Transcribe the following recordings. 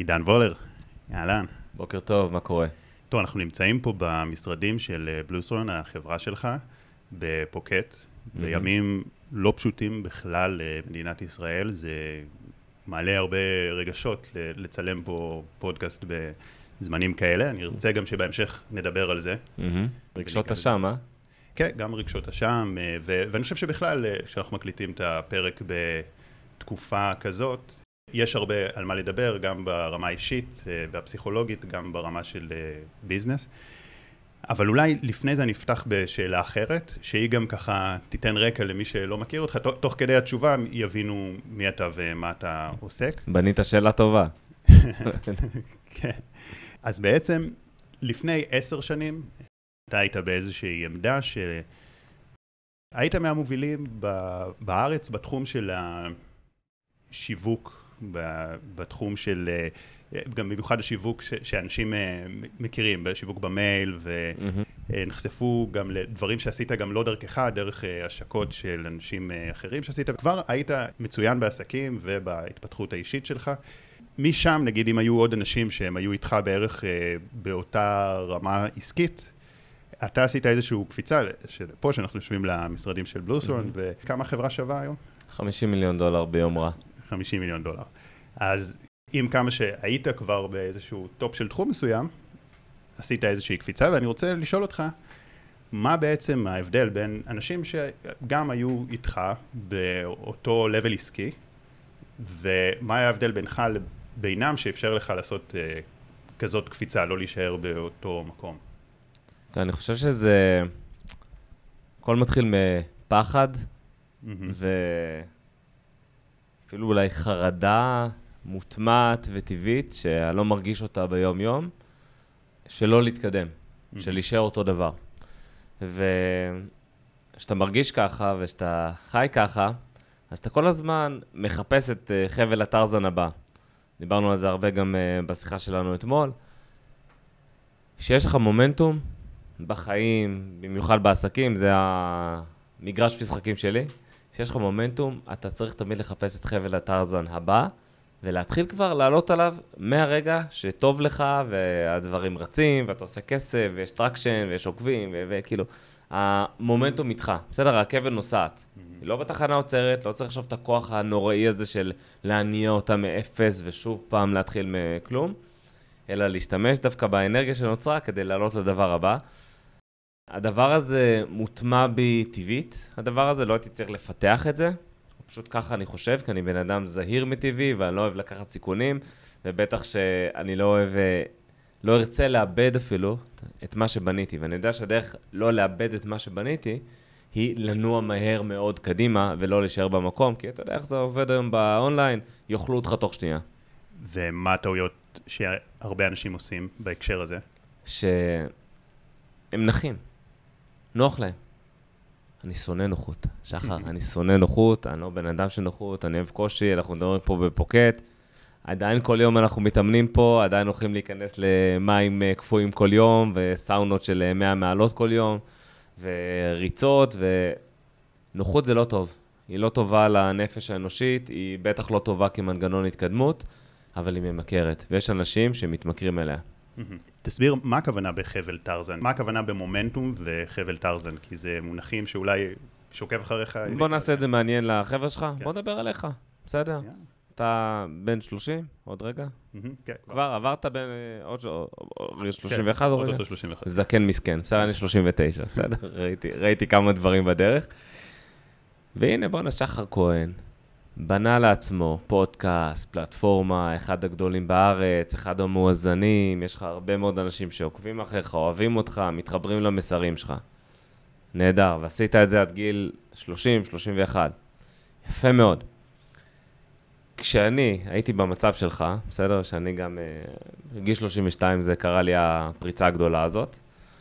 עידן וולר, אהלן. בוקר טוב, מה קורה? טוב, אנחנו נמצאים פה במשרדים של בלוסרון, החברה שלך, בפוקט, בימים לא פשוטים בכלל למדינת ישראל. זה מעלה הרבה רגשות לצלם פה פודקאסט בזמנים כאלה. אני ארצה גם שבהמשך נדבר על זה. רגשות אשם, אה? כן, גם רגשות אשם, ואני חושב שבכלל, כשאנחנו מקליטים את הפרק בתקופה כזאת, יש הרבה על מה לדבר, גם ברמה האישית והפסיכולוגית, גם ברמה של ביזנס. אבל אולי לפני זה נפתח בשאלה אחרת, שהיא גם ככה תיתן רקע למי שלא מכיר אותך, תוך כדי התשובה יבינו מי אתה ומה אתה עוסק. בנית שאלה טובה. כן. אז בעצם, לפני 10 שנים, אתה היית באיזושהי עמדה שהיית מהמובילים בארץ בתחום של השיווק, בתחום של, גם במיוחד השיווק שאנשים מכירים, בשיווק במייל, ונחשפו גם לדברים שעשית גם לא דרכך, דרך השקות של אנשים אחרים שעשית, וכבר היית מצוין בעסקים ובהתפתחות האישית שלך. משם, נגיד, אם היו עוד אנשים שהם היו איתך בערך באותה רמה עסקית, אתה עשית איזושהי קפיצה, פה שאנחנו יושבים למשרדים של בלוסרון, וכמה חברה שווה היום? $50 מיליון ביום רע. $50 מיליון. אז עם כמה שהיית כבר באיזשהו טופ של תחום מסוים, עשית איזושהי קפיצה, ואני רוצה לשאול אותך, מה בעצם ההבדל בין אנשים שגם היו איתך באותו level עסקי, ומה ההבדל בינך לבינם שאפשר לך לעשות כזאת קפיצה, לא להישאר באותו מקום? אני חושב שזה, הכל מתחיל מפחד, ואפילו אולי חרדה מוטמעת וטבעית, שאני לא מרגיש אותה ביום יום, שלא להתקדם, של להישאר אותו דבר. ושאתה מרגיש ככה, ושאתה חי ככה, אז אתה כל הזמן מחפש את חבל הטרזן הבא. דיברנו על זה הרבה גם בשיחה שלנו אתמול. שיש לך מומנטום בחיים, במיוחד בעסקים, זה המגרש משחקים שלי. שיש לך מומנטום, אתה צריך תמיד לחפש את חבל הטרזן הבא, ולהתחיל כבר לעלות עליו מהרגע שטוב לך, והדברים רצים, ואתה עושה כסף, ויש טרקשן, ויש עוקבים, וכאילו, המומנטום איתך. בסדר, הרכבת נוסעת. היא לא בתחנה עוצרת, לא צריך לחשוב את הכוח הנוראי הזה של להניע אותה מאפס, ושוב פעם להתחיל מכלום, אלא להשתמש דווקא באנרגיה שנוצרה כדי לעלות לדבר הבא. הדבר הזה מוטמע בי טבעית, הדבר הזה לא הייתי צריך לפתח את זה, פשוט ככה אני חושב, כי אני בן אדם זהיר מטבעי, ואני לא אוהב לקחת סיכונים, ובטח שאני לא אוהב, לא ארצה לאבד אפילו את מה שבניתי, ואני יודע שהדרך לא לאבד את מה שבניתי, היא לנוע מהר מאוד קדימה, ולא להישאר במקום, כי אתה יודע איך זה עובד היום באונליין, יאכלו אותך תוך שנייה. ומה הטעויות שהרבה אנשים עושים בהקשר הזה? שהם נחים, נוח להם. אני שונא נוחות, שחר, אני שונא נוחות, אני לא בן אדם של נוחות, אני אוהב קושי, אנחנו מדברים פה בפוקט, עדיין כל יום אנחנו מתאמנים פה, עדיין הולכים להיכנס למים קפואים כל יום, וסאונות של 100 מעלות כל יום, וריצות, ונוחות זה לא טוב. היא לא טובה לנפש האנושית, היא בטח לא טובה כמנגנון התקדמות, אבל היא ממכרת, ויש אנשים שמתמכרים אליה. תסביר מה הכוונה בחבל טרזן, מה הכוונה במומנטום וחבל טרזן, כי זה מונחים שאולי שוקב אחריך. בוא נעשה את זה מעניין לחבר שלך, בוא נדבר עליך, בסדר? אתה בן 30, עוד רגע? כבר עברת בין עוד 31 עוד רגע? 31. זקן מסכן, בסדר, אני 39, בסדר? ראיתי כמה דברים בדרך. והנה בוא שחר כהן. בנה לעצמו פודקאסט, פלטפורמה, אחד הגדולים בארץ, אחד המואזנים, יש לך הרבה מאוד אנשים שעוקבים אחריך, אוהבים אותך, מתחברים למסרים שלך. נהדר, ועשית את זה עד גיל 30, 31. יפה מאוד. כשאני הייתי במצב שלך, בסדר, שאני גם, גיל 32 זה קרה לי הפריצה הגדולה הזאת,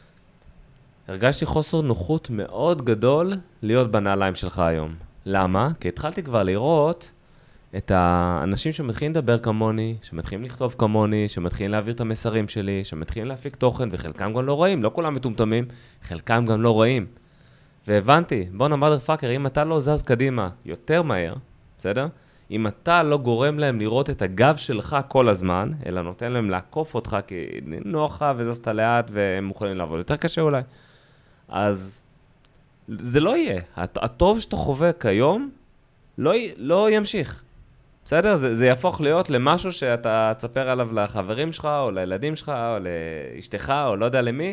הרגשתי חוסר נוחות מאוד גדול להיות בנעליים שלך היום. למה? כי התחלתי כבר לראות את האנשים שמתחילים לדבר כמוני, שמתחילים לכתוב כמוני, שמתחילים להעביר את המסרים שלי, שמתחילים להפיק תוכן, וחלקם גם לא רואים, לא כולם מטומטמים, חלקם גם לא רואים. והבנתי, בוא נאמר פאקר, אם אתה לא זז קדימה יותר מהר, בסדר? אם אתה לא גורם להם לראות את הגב שלך כל הזמן, אלא נותן להם לעקוף אותך, כי נוח לך וזזת לאט והם מוכנים לעבוד יותר קשה אולי, אז זה לא יהיה. הטוב שאתה חווה כיום לא ימשיך. בסדר? זה יהפוך להיות למשהו שאתה תספר עליו לחברים שלך, או לילדים שלך, או לאשתך, או לא יודע למי,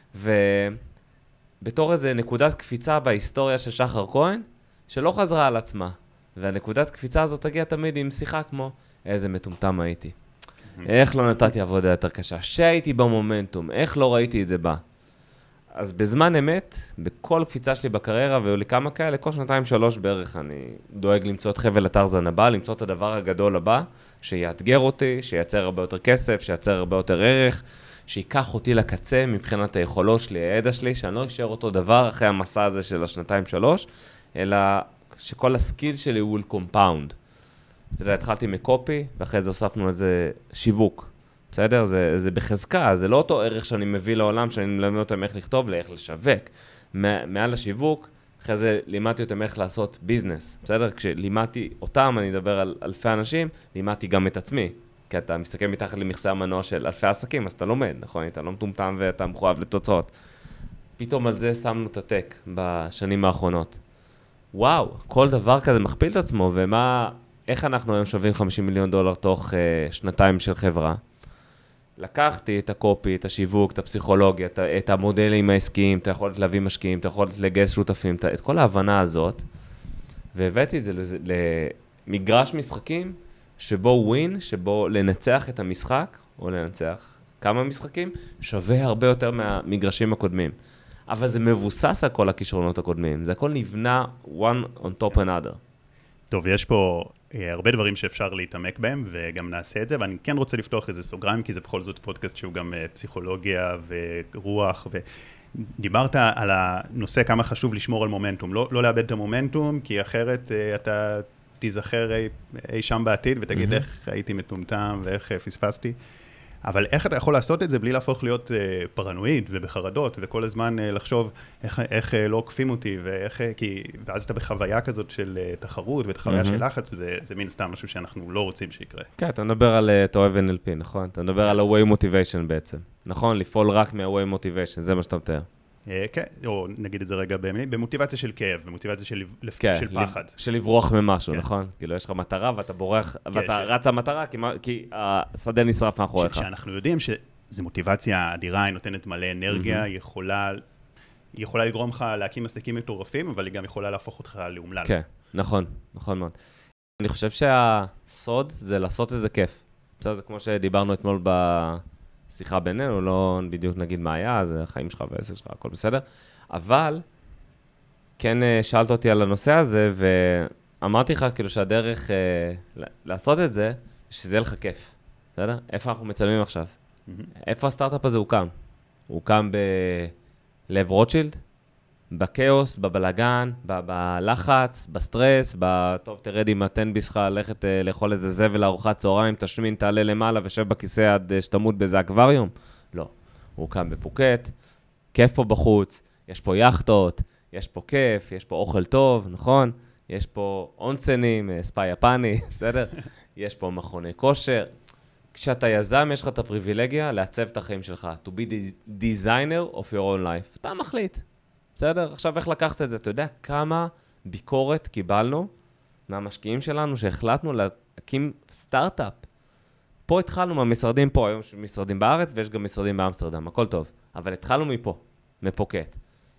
ובתור איזה נקודת קפיצה בהיסטוריה של שחר כהן, שלא חזרה על עצמה. והנקודת קפיצה הזאת תגיע תמיד עם שיחה כמו, איזה מטומטם הייתי. איך לא נתתי עבודה יותר קשה? שהייתי במומנטום, איך לא ראיתי את זה בא? אז בזמן אמת, בכל קפיצה שלי בקריירה, והיו לי כמה כאלה, כל 2-3 בערך, אני דואג למצוא את חבל הטרזן הבא, למצוא את הדבר הגדול הבא, שיאתגר אותי, שייצר הרבה יותר כסף, שייצר הרבה יותר ערך, שיקח אותי לקצה מבחינת היכולות שלי, הידע שלי, שאני לא אשאר אותו דבר אחרי המסע הזה של 2-3, אלא שכל הסקיל שלי הוא compound. אתה יודע, התחלתי מקופי, ואחרי זה הוספנו איזה שיווק. בסדר? זה בחזקה, זה לא אותו ערך שאני מביא לעולם, שאני מלמד אותם איך לכתוב, לאיך לשווק. מעל השיווק, אחרי זה לימדתי אותם איך לעשות ביזנס. בסדר? כשלימדתי אותם, אני אדבר על אלפי אנשים, לימדתי גם את עצמי. כי אתה מסתכל מתחת למכסה המנוע של אלפי עסקים, אז אתה לומד, נכון? אתה לא מטומטם ואתה מחויב לתוצאות. פתאום על זה שמנו את הטק בשנים האחרונות. וואו, כל דבר כזה מכפיל את עצמו, איך אנחנו היום שווים $50 מיליון תוך שנתיים של חברה? לקחתי את הקופי, את השיווק, את הפסיכולוגיה, את המודלים העסקיים, את היכולת להביא משקיעים, את היכולת לגייס שותפים, את כל ההבנה הזאת, והבאתי את זה למגרש משחקים, שבו ווין, שבו לנצח את המשחק, או לנצח כמה משחקים, שווה הרבה יותר מהמגרשים הקודמים. אבל זה מבוסס על כל הכישרונות הקודמים. זה הכל נבנה one on top another. טוב, יש פה הרבה דברים שאפשר להתעמק בהם, וגם נעשה את זה, ואני כן רוצה לפתוח איזה סוגריים, כי זה בכל זאת פודקאסט שהוא גם פסיכולוגיה ורוח, ודיברת על הנושא כמה חשוב לשמור על מומנטום, לא לאבד את המומנטום, כי אחרת אתה תיזכר אי שם בעתיד, ותגיד איך הייתי מטומטם ואיך פספסתי. אבל איך אתה יכול לעשות את זה בלי להפוך להיות פרנואיד ובחרדות, וכל הזמן לחשוב איך לא עוקפים אותי, ואז אתה בחוויה כזאת של תחרות, ובחוויה של לחץ, וזה מין סתם משהו שאנחנו לא רוצים שיקרה. כן, אתה מדבר על, אתה אוהב NLP, נכון? אתה מדבר על ה-way motivation בעצם, נכון? לפעול רק מה-way motivation, זה מה שאתה מתאר. כן, או נגיד את זה רגע במוטיבציה של כאב, במוטיבציה של פחד. של לברוח ממשהו, נכון? כאילו, יש לך מטרה ואתה בורח, ואתה רץ המטרה, כי השדה נשרף מאחוריך. כשאנחנו יודעים שזו מוטיבציה אדירה, היא נותנת מלא אנרגיה, היא יכולה לגרום לך להקים עסקים מטורפים, אבל היא גם יכולה להפוך אותך לאומלל. כן, נכון, נכון מאוד. אני חושב שהסוד זה לעשות איזה כיף. זה כמו שדיברנו אתמול שיחה בינינו, לא בדיוק נגיד מה היה, זה החיים שלך והעסק שלך, הכל בסדר. אבל, כן שאלת אותי על הנושא הזה, ואמרתי לך כאילו שהדרך לעשות את זה, שזה יהיה לך כיף. בסדר? איפה אנחנו מצלמים עכשיו? איפה הסטארט-אפ הזה הוקם? הוא הוקם בלב רוטשילד? בקאוס, בבלגן, בלחץ, בסטרס, טוב, תרד עם הטנביס שלך, ללכת לאכול איזה זבל ארוחת צהריים, תשמין, תעלה למעלה ושב בכיסא עד שתמות באיזה אקווריום? לא. הוא קם בפוקט, כיף פה בחוץ, יש פה יחטות, יש פה כיף, יש פה אוכל טוב, נכון? יש פה אונסנים, ספא יפני, בסדר? יש פה מכוני כושר. כשאתה יזם, יש לך את הפריבילגיה לעצב את החיים שלך. To be the designer of your own life. אתה מחליט. בסדר? עכשיו איך לקחת את זה? אתה יודע כמה ביקורת קיבלנו מהמשקיעים שלנו שהחלטנו להקים סטארט-אפ. פה התחלנו מהמשרדים פה, היום יש משרדים בארץ ויש גם משרדים באמסטרדם, הכל טוב. אבל התחלנו מפה, מפוקט.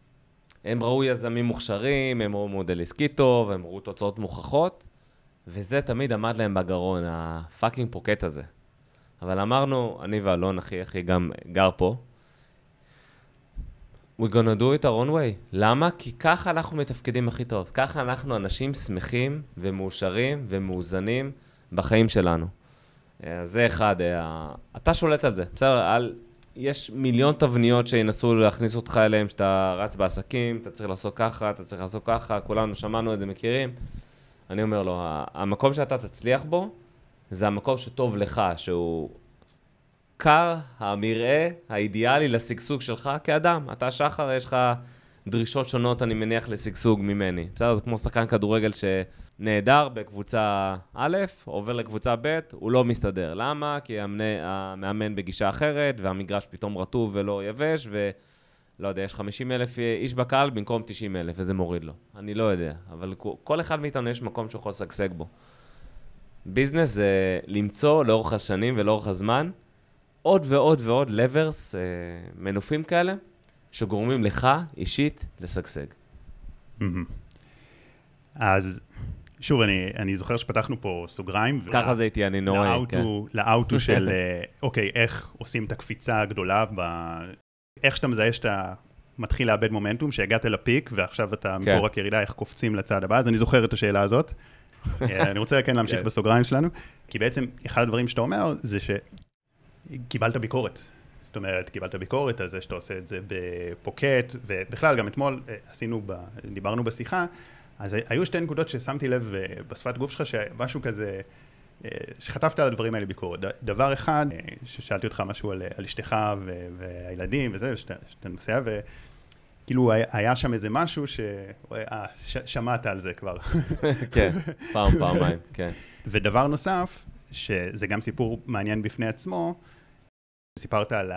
הם ראו יזמים מוכשרים, הם ראו מודל עסקי טוב, הם ראו תוצאות מוכחות, וזה תמיד עמד להם בגרון, הפאקינג פוקט הזה. אבל אמרנו, אני ואלון, אחי גם גר פה, we're gonna do it our own way. למה? כי ככה אנחנו מתפקדים הכי טוב. ככה אנחנו אנשים שמחים ומאושרים ומאוזנים בחיים שלנו. זה אחד, אתה שולט על זה. בסדר, יש מיליון תבניות שינסו להכניס אותך אליהם, שאתה רץ בעסקים, אתה צריך לעשות ככה, אתה צריך לעשות ככה, כולנו שמענו את זה, מכירים. אני אומר לו, המקום שאתה תצליח בו, זה המקום שטוב לך, שהוא קר, המראה, האידיאלי לסגסוג שלך כאדם. אתה שחר, יש לך דרישות שונות, אני מניח, לשגשוג ממני. בסדר? זה כמו שחקן כדורגל שנהדר בקבוצה א', עובר לקבוצה ב', הוא לא מסתדר. למה? כי המאמן בגישה אחרת, והמגרש פתאום רטוב ולא יבש, ולא יודע, יש 50,000 איש בקהל במקום 90,000, וזה מוריד לו. אני לא יודע, אבל כל אחד מאיתנו יש מקום שיכול לשגשג בו. ביזנס זה למצוא לאורך השנים ולאורך הזמן, עוד ועוד ועוד לברס, מנופים כאלה, שגורמים לך אישית לשגשג. אז שוב, אני זוכר שפתחנו פה סוגריים. ככה זה איתי, אני נורא. לאוטו של, אוקיי, איך עושים את הקפיצה הגדולה, איך שאתה מזהה שאתה מתחיל לאבד מומנטום, שהגעת לפיק, ועכשיו אתה מפה רק ירידה, איך קופצים לצד הבא, אז אני זוכר את השאלה הזאת. אני רוצה כן להמשיך בסוגריים שלנו, כי בעצם אחד הדברים שאתה אומר, זה שקיבלת ביקורת. זאת אומרת, קיבלת ביקורת על זה שאתה עושה את זה בפוקט, ובכלל גם אתמול דיברנו בשיחה, אז היו שתי נקודות ששמתי לב בשפת גוף שלך, שמשהו כזה, שחטפת על הדברים האלה ביקורת. דבר אחד, ששאלתי אותך משהו על אשתך והילדים וזה, שאתה נוסע, וכאילו היה שם איזה משהו ששמעת על זה כבר. כן, פעמיים, כן. ודבר נוסף, שזה גם סיפור מעניין בפני עצמו, סיפרת על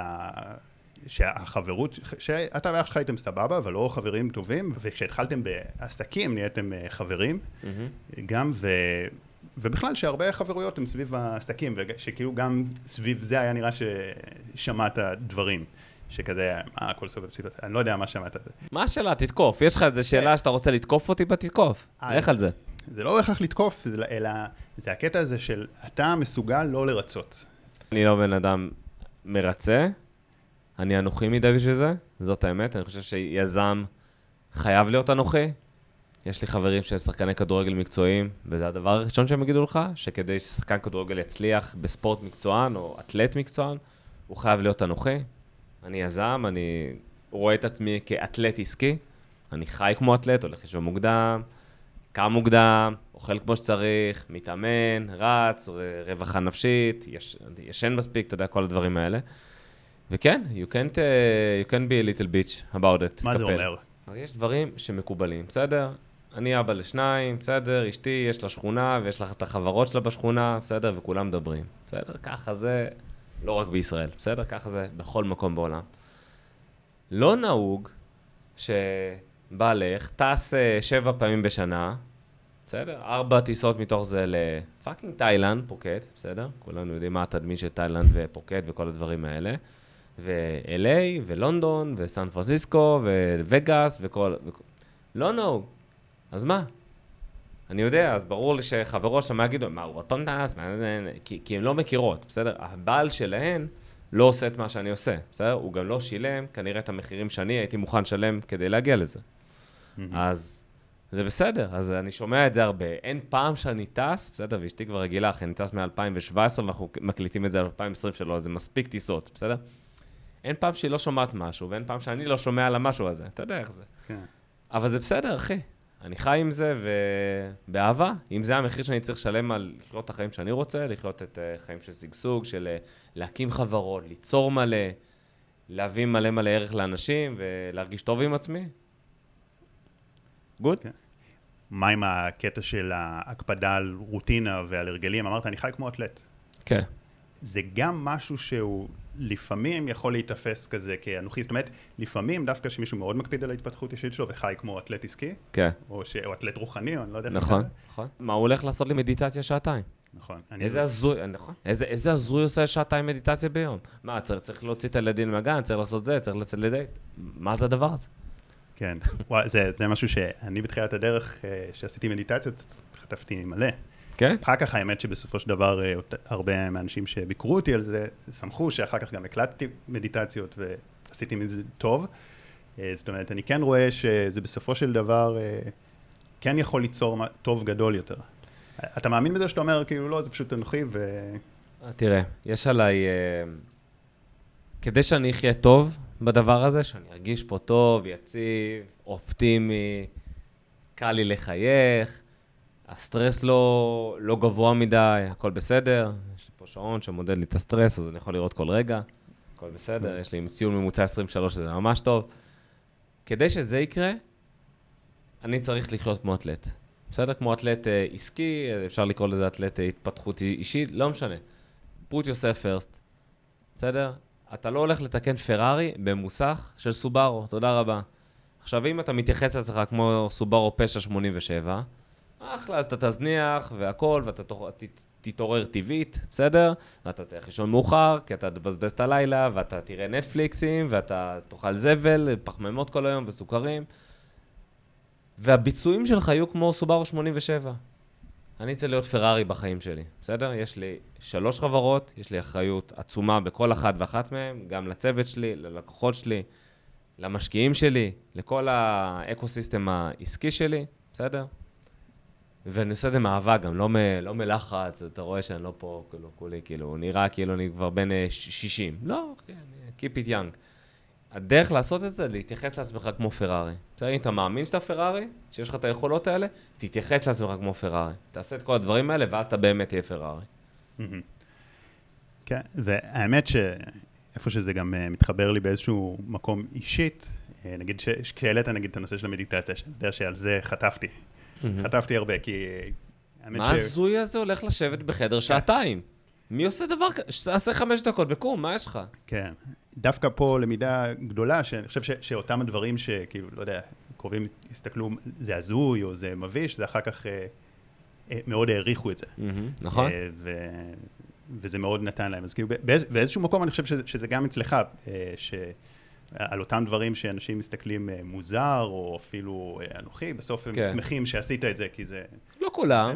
שהחברות, שאתה ואח שלך הייתם סבבה, אבל לא חברים טובים, וכשהתחלתם בעסקים נהייתם חברים, גם ובכלל שהרבה חברויות הם סביב העסקים, ושכאילו גם סביב זה היה נראה ששמעת דברים, שכזה, הכל סובב סיטואציה, אני לא יודע מה שמעת. מה השאלה? תתקוף. יש לך איזו שאלה שאתה רוצה לתקוף אותי בתתקוף. איך על זה? זה לא בהכרח לתקוף, אלא זה הקטע הזה של אתה מסוגל לא לרצות. אני לא בן אדם מרצה, אני אנוכי מדי בשביל זה, זאת האמת, אני חושב שיזם חייב להיות אנוכי. יש לי חברים של שחקני כדורגל מקצועיים, וזה הדבר הראשון שהם יגידו לך, שכדי ששחקן כדורגל יצליח בספורט מקצוען או אתלט מקצוען, הוא חייב להיות אנוכי. אני יזם, אני רואה את עצמי כאתלט עסקי, אני חי כמו אתלט, הולך לישון מוקדם, קם מוקדם, אוכל כמו שצריך, מתאמן, רץ, רווחה נפשית, ישן מספיק, אתה יודע, כל הדברים האלה. וכן, you can be a little bitch about it. מה זה אומר? יש דברים שמקובלים, בסדר? אני אבא לשניים, בסדר? אשתי, יש לה שכונה, ויש לה את החברות שלה בשכונה, בסדר? וכולם מדברים, בסדר? ככה זה, לא רק בישראל, בסדר? ככה זה בכל מקום בעולם. לא נהוג שבעלך טס 7 פעמים בשנה, בסדר? 4 טיסות מתוך זה לפאקינג תאילנד, פוקט, בסדר? כולנו יודעים מה התדמית של תאילנד ופוקט וכל הדברים האלה. ו-LA, ולונדון, וסן פרנסיסקו, ווגאס, וכל... לא נהוג. אז מה? אני יודע, אז ברור לי שחברות שלהם יגידו, מה, הוא עוד פעם טס? כי הן לא מכירות, בסדר? הבעל שלהן לא עושה את מה שאני עושה, בסדר? הוא גם לא שילם, כנראה את המחירים שאני הייתי מוכן לשלם כדי להגיע לזה. אז זה בסדר, אז אני שומע את זה הרבה. אין פעם שאני טס, בסדר? ואשתי כבר רגילה, אני טס מ-2017, ואנחנו מקליטים את זה על 2023, אז זה מספיק טיסות, בסדר? אין פעם שהיא לא שומעת משהו, ואין פעם שאני לא שומע על המשהו הזה. אתה יודע איך זה. כן. אבל זה בסדר, אחי. אני חי עם זה ובאהבה. אם זה המחיר שאני צריך לשלם על לחיות את החיים שאני רוצה, לחיות את חיים של סגסוג, של להקים חברות, ליצור מלא, להביא מלא מלא ערך לאנשים ולהרגיש טוב עם עצמי. גוד? כן. מה עם הקטע של ההקפדה על רוטינה ועל הרגלים? אמרת, אני חי כמו אתלט. כן. זה גם משהו שהוא לפעמים יכול להתאפס כזה כאנוכי, זאת אומרת, לפעמים דווקא שמישהו מאוד מקפיד על ההתפתחות אישית שלו וחי כמו אתלט עסקי, כן. או אתלט רוחני, או אני לא יודע. נכון, נכון. מה, הוא הולך לעשות לי מדיטציה 2 שעות? נכון. איזה הזוי, נכון. איזה הזוי עושה 2 שעות מדיטציה ביום? מה, צריך להוציא את הילדים מהגן, צריך לעשות זה, צריך לצאת לדייט. מה זה הדבר הזה? כן, זה משהו שאני בתחילת הדרך שעשיתי מדיטציות, חטפתי מלא. כן? אחר כך האמת שבסופו של דבר הרבה מהאנשים שביקרו אותי על זה, שמחו שאחר כך גם הקלטתי מדיטציות ועשיתי מזה טוב. זאת אומרת, אני כן רואה שזה בסופו של דבר כן יכול ליצור טוב גדול יותר. אתה מאמין בזה שאתה אומר, כאילו לא, זה פשוט אנוכי תראה, יש עליי, כדי שאני אחיה טוב בדבר הזה, שאני ארגיש פה טוב, יציב, אופטימי, קל לי לחייך, הסטרס לא גבוה מדי, הכל בסדר. יש לי פה שעון שמודד לי את הסטרס, אז אני יכול לראות כל רגע. הכל בסדר, יש לי ציון ממוצע 23, שזה ממש טוב. כדי שזה יקרה, אני צריך לחיות כמו אתלט. בסדר? כמו אתלט עסקי, אפשר לקרוא לזה אתלט התפתחות אישית, לא משנה. put yourself first. בסדר? אתה לא הולך לתקן פרארי במוסך של סובארו, תודה רבה. עכשיו, אם אתה מתייחס לעצמך כמו סובארו פשע 87, אחלה, אז אתה תזניח והכל, ואתה תתעורר טבעית, בסדר? ואתה תלך לישון מאוחר, כי אתה תבזבז את הלילה, ואתה תראה נטפליקסים, ואתה תאכל זבל, פחמימות כל היום וסוכרים. והביצועים שלך יהיו כמו סובארו 87. אני צריך להיות פרארי בחיים שלי, בסדר? יש לי 3 חברות, יש לי אחריות עצומה בכל אחת ואחת מהן, גם לצוות שלי, ללקוחות שלי, למשקיעים שלי, לכל האקוסיסטם העסקי שלי, בסדר? ואני עושה את זה מאהבה גם, לא מלחץ, אתה רואה שאני לא פה, כולי, כאילו, נראה כאילו אני כבר בן 60. לא, keep it young. הדרך לעשות את זה, להתייחס לעצמך כמו פרארי. בסדר, אם אתה מאמין שאתה פרארי, שיש לך את היכולות האלה, תתייחס לעצמך כמו פרארי. תעשה את כל הדברים האלה, ואז אתה באמת תהיה פרארי. כן, והאמת שאיפה שזה גם מתחבר לי באיזשהו מקום אישית, נגיד כשהעלית נגיד את הנושא של המדיטציה, שאני יודע שעל זה חטפתי. חטפתי הרבה, כי... מה הזוי הזה הולך לשבת בחדר שעתיים? מי עושה דבר כזה? תעשה 5 דקות וקום, מה יש לך? כן. דווקא פה למידה גדולה, שאני חושב שאותם הדברים שכאילו, לא יודע, קרובים הסתכלו, זה הזוי או זה מביש, זה אחר כך מאוד העריכו את זה. נכון. וזה מאוד נתן להם. אז כאילו, באיזשהו מקום אני חושב שזה גם אצלך, על אותם דברים שאנשים מסתכלים מוזר, או אפילו אנוכי, בסוף הם שמחים שעשית את זה, כי זה... לא כולם.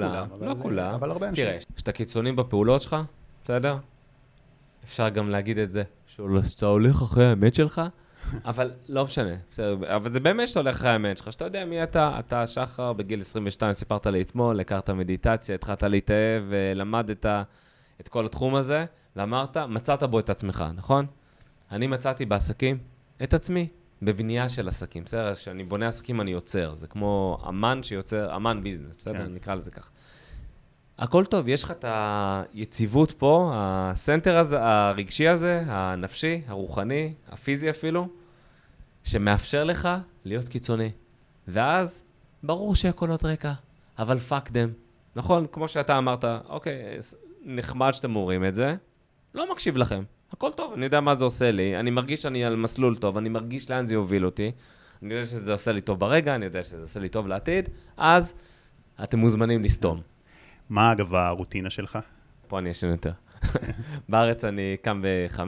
אבל הרבה אנשים. תראה, שאתה קיצוני בפעולות שלך, בסדר? אפשר גם להגיד את זה, שאתה הולך אחרי האמת שלך, אבל לא משנה, בסדר, אבל זה באמת שאתה הולך אחרי האמת שלך, שאתה יודע מי אתה, אתה שחר, בגיל 22 סיפרת לי אתמול, הכרת מדיטציה, התחלת להתאהב, ולמדת את כל התחום הזה, ואמרת, מצאת בו את עצמך, נכון? אני מצאתי בעסקים את עצמי, בבנייה של עסקים, בסדר? כשאני בונה עסקים אני יוצר, זה כמו אמן שיוצר, אמן ביזנס, בסדר? נקרא לזה כך. הכל טוב, יש לך את היציבות פה, הסנטר הזה, הרגשי הזה, הנפשי, הרוחני, הפיזי אפילו, שמאפשר לך להיות קיצוני. ואז, ברור שהקולות רקע, אבל fuck them. נכון? כמו שאתה אמרת, אוקיי, נחמד שאתם אומרים את זה, לא מקשיב לכם. הכל טוב, אני יודע מה זה עושה לי, אני מרגיש שאני על מסלול טוב, אני מרגיש לאן זה יוביל אותי, אני יודע שזה עושה לי טוב ברגע, אני יודע שזה עושה לי טוב לעתיד, אז אתם מוזמנים לסתום. מה אגב הרוטינה שלך? פה אני ישן יותר. בארץ אני קם ב-5,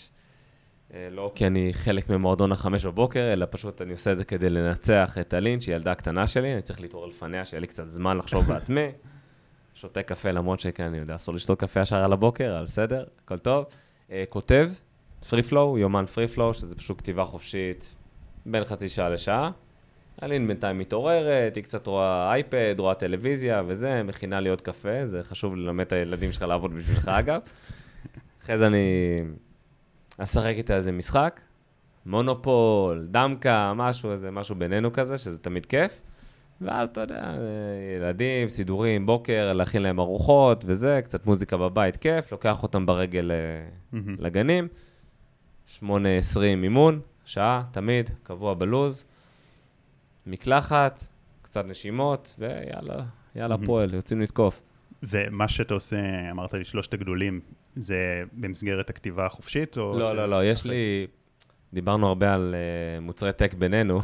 לא כי אני חלק ממועדון 5 בבוקר, אלא פשוט אני עושה את זה כדי לנצח את אלין, שהיא ילדה הקטנה שלי, אני צריך להתעורר לפניה, שיהיה לי קצת זמן לחשוב בעצמי, שותה קפה למרות שכן, אני יודע, אסור לשתות קפה ישר על הבוקר, אבל בסדר, הכל טוב. כותב, פרי פלואו, יומן פרי פלואו, שזה פשוט כתיבה חופשית בין חצי שעה לשעה. אלין בינתיים מתעוררת, היא קצת רואה אייפד, רואה טלוויזיה וזה, מכינה לי עוד קפה, זה חשוב ללמד את הילדים שלך לעבוד בשבילך אגב. אחרי זה אני אשחק איתה איזה משחק, מונופול, דמקה, משהו בינינו כזה, שזה תמיד כיף. ואז אתה יודע, ילדים, סידורים, בוקר, להכין להם ארוחות וזה, קצת מוזיקה בבית, כיף, לוקח אותם ברגל לגנים, 8:20 אימון, שעה, תמיד, קבוע בלוז, מקלחת, קצת נשימות, ויאללה, פועל, יוצאים לתקוף. ומה שאתה עושה, אמרת לי 3 הגדולים, זה במסגרת הכתיבה החופשית? לא, יש לי, דיברנו הרבה על מוצרי טק בינינו,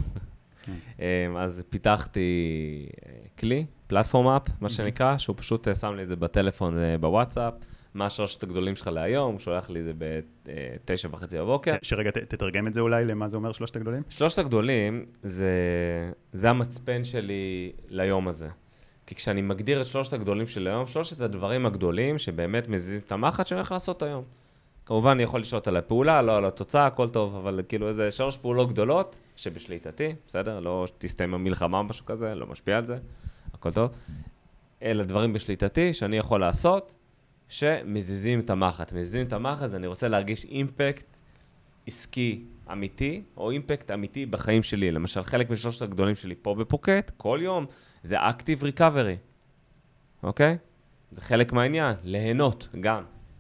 אז פיתחתי כלי, פלטפורם אפ, מה שנקרא, שהוא פשוט שם לי את זה בטלפון בוואטסאפ, מה 3 הגדולים שלך להיום, הוא שולח לי את זה ב-9:30 בבוקר. שרגע, תתרגם את זה אולי למה זה אומר 3 הגדולים? 3 הגדולים זה המצפן שלי ליום הזה. כי כשאני מגדיר את 3 הגדולים של היום, 3 הדברים הגדולים שבאמת מזיזים את המחט שאני הולך לעשות היום. כמובן אני יכול לשאול על הפעולה, לא על התוצאה, הכל טוב, אבל כאילו איזה 3 פעולות גדולות שבשליטתי, בסדר? לא תסתיים המלחמה או משהו כזה, לא משפיע על זה, הכל טוב. אלה דברים בשליטתי שאני יכול לעשות, שמזיזים את המחט. מזיזים את המחט, אני רוצה להרגיש אימפקט עסקי אמיתי, או אימפקט אמיתי בחיים שלי. למשל, חלק מ3 הגדולים שלי פה בפוקט, כל יום, זה Active Recovery, אוקיי? זה חלק מהעניין, ליהנות גם.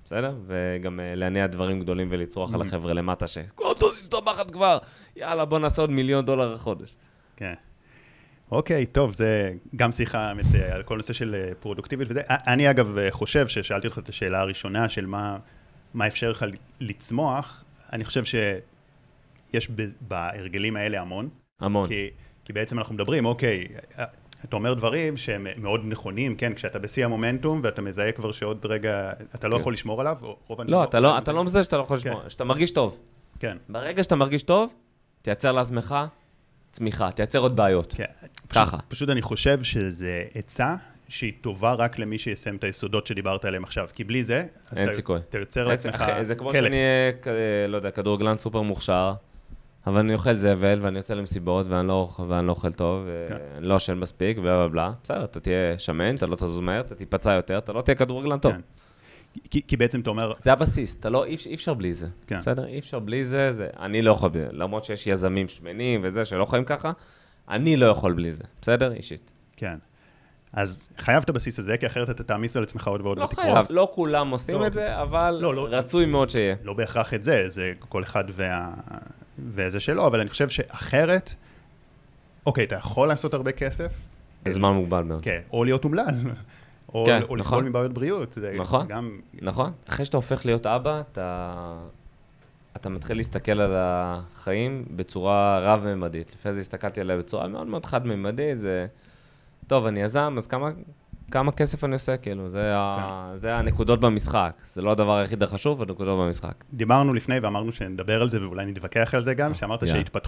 בסדר? וגם להניע דברים גדולים ולצרוח על החבר'ה למטה תוזיז את המחט כבר, יאללה, בוא נעשה עוד $1,000,000 החודש. כן. אוקיי, טוב, זה גם שיחה על כל נושא של פרודוקטיביות וזה. אני אגב חושב ששאלתי אותך את השאלה הראשונה של מה אפשר לך לצמוח, אני חושב שיש בהרגלים האלה המון. המון. כי בעצם אנחנו מדברים, אוקיי, אתה אומר דברים שהם מאוד נכונים, כן, כשאתה בשיא המומנטום ואתה מזהה כבר שעוד רגע אתה לא יכול לשמור עליו, לא, אתה לא מזהה שאתה לא יכול לשמור, שאתה מרגיש טוב. כן. ברגע שאתה מרגיש טוב, תייצר לעצמך צמיחה, תייצר עוד בעיות. כן. ככה. פשוט אני חושב שזה עצה שהיא טובה רק למי שיסיים את היסודות שדיברת עליהם עכשיו, כי בלי זה, אין סיכוי. אתה יוצר לעצמך... זה כמו שאני, לא יודע, כדורגלן סופר מוכשר, אבל אני אוכל זבל, ואני יוצא למסיבות, ואני לא אוכל טוב, ואני לא אשן מספיק, בלה בלה בלה. בסדר, אתה תהיה שמן, אתה לא תזוז מהר, אתה תיפצע יותר, אתה לא תהיה כדורגלן טוב. כי בעצם אתה אומר... זה הבסיס, אי אפשר בלי זה. בסדר? אי אפשר בלי זה, אני לא יכול בלי זה. למרות שיש יזמים שמנים וזה שלא חיים ככה, אני לא יכול בלי זה. בסדר? אישית. כן. אז חייב את הבסיס הזה, כי אחרת אתה תעמיס על עצמך עוד ועוד ותקרוס. לא חייב, לא כולם עושים את זה, אבל רצוי מאוד שיהיה. לא בהכרח את זה, זה כל אחד וזה שלו, אבל אני חושב שאחרת, אוקיי, אתה יכול לעשות הרבה כסף. בזמן מוגבל מאוד. כן, או להיות אומלל, או לסבול מבעיות בריאות. נכון. אחרי שאתה הופך להיות אבא, אתה מתחיל להסתכל על החיים בצורה רב-ממדית. לפני זה הסתכלתי עליה בצורה מאוד מאוד חד-ממדית, זה... טוב, אני יזם, אז כמה כסף אני עושה, כאילו, זה הנקודות במשחק. זה לא הדבר היחיד החשוב, הנקודות במשחק. דיברנו לפני ואמרנו שנדבר על זה, ואולי נתווכח על זה גם, שאמרת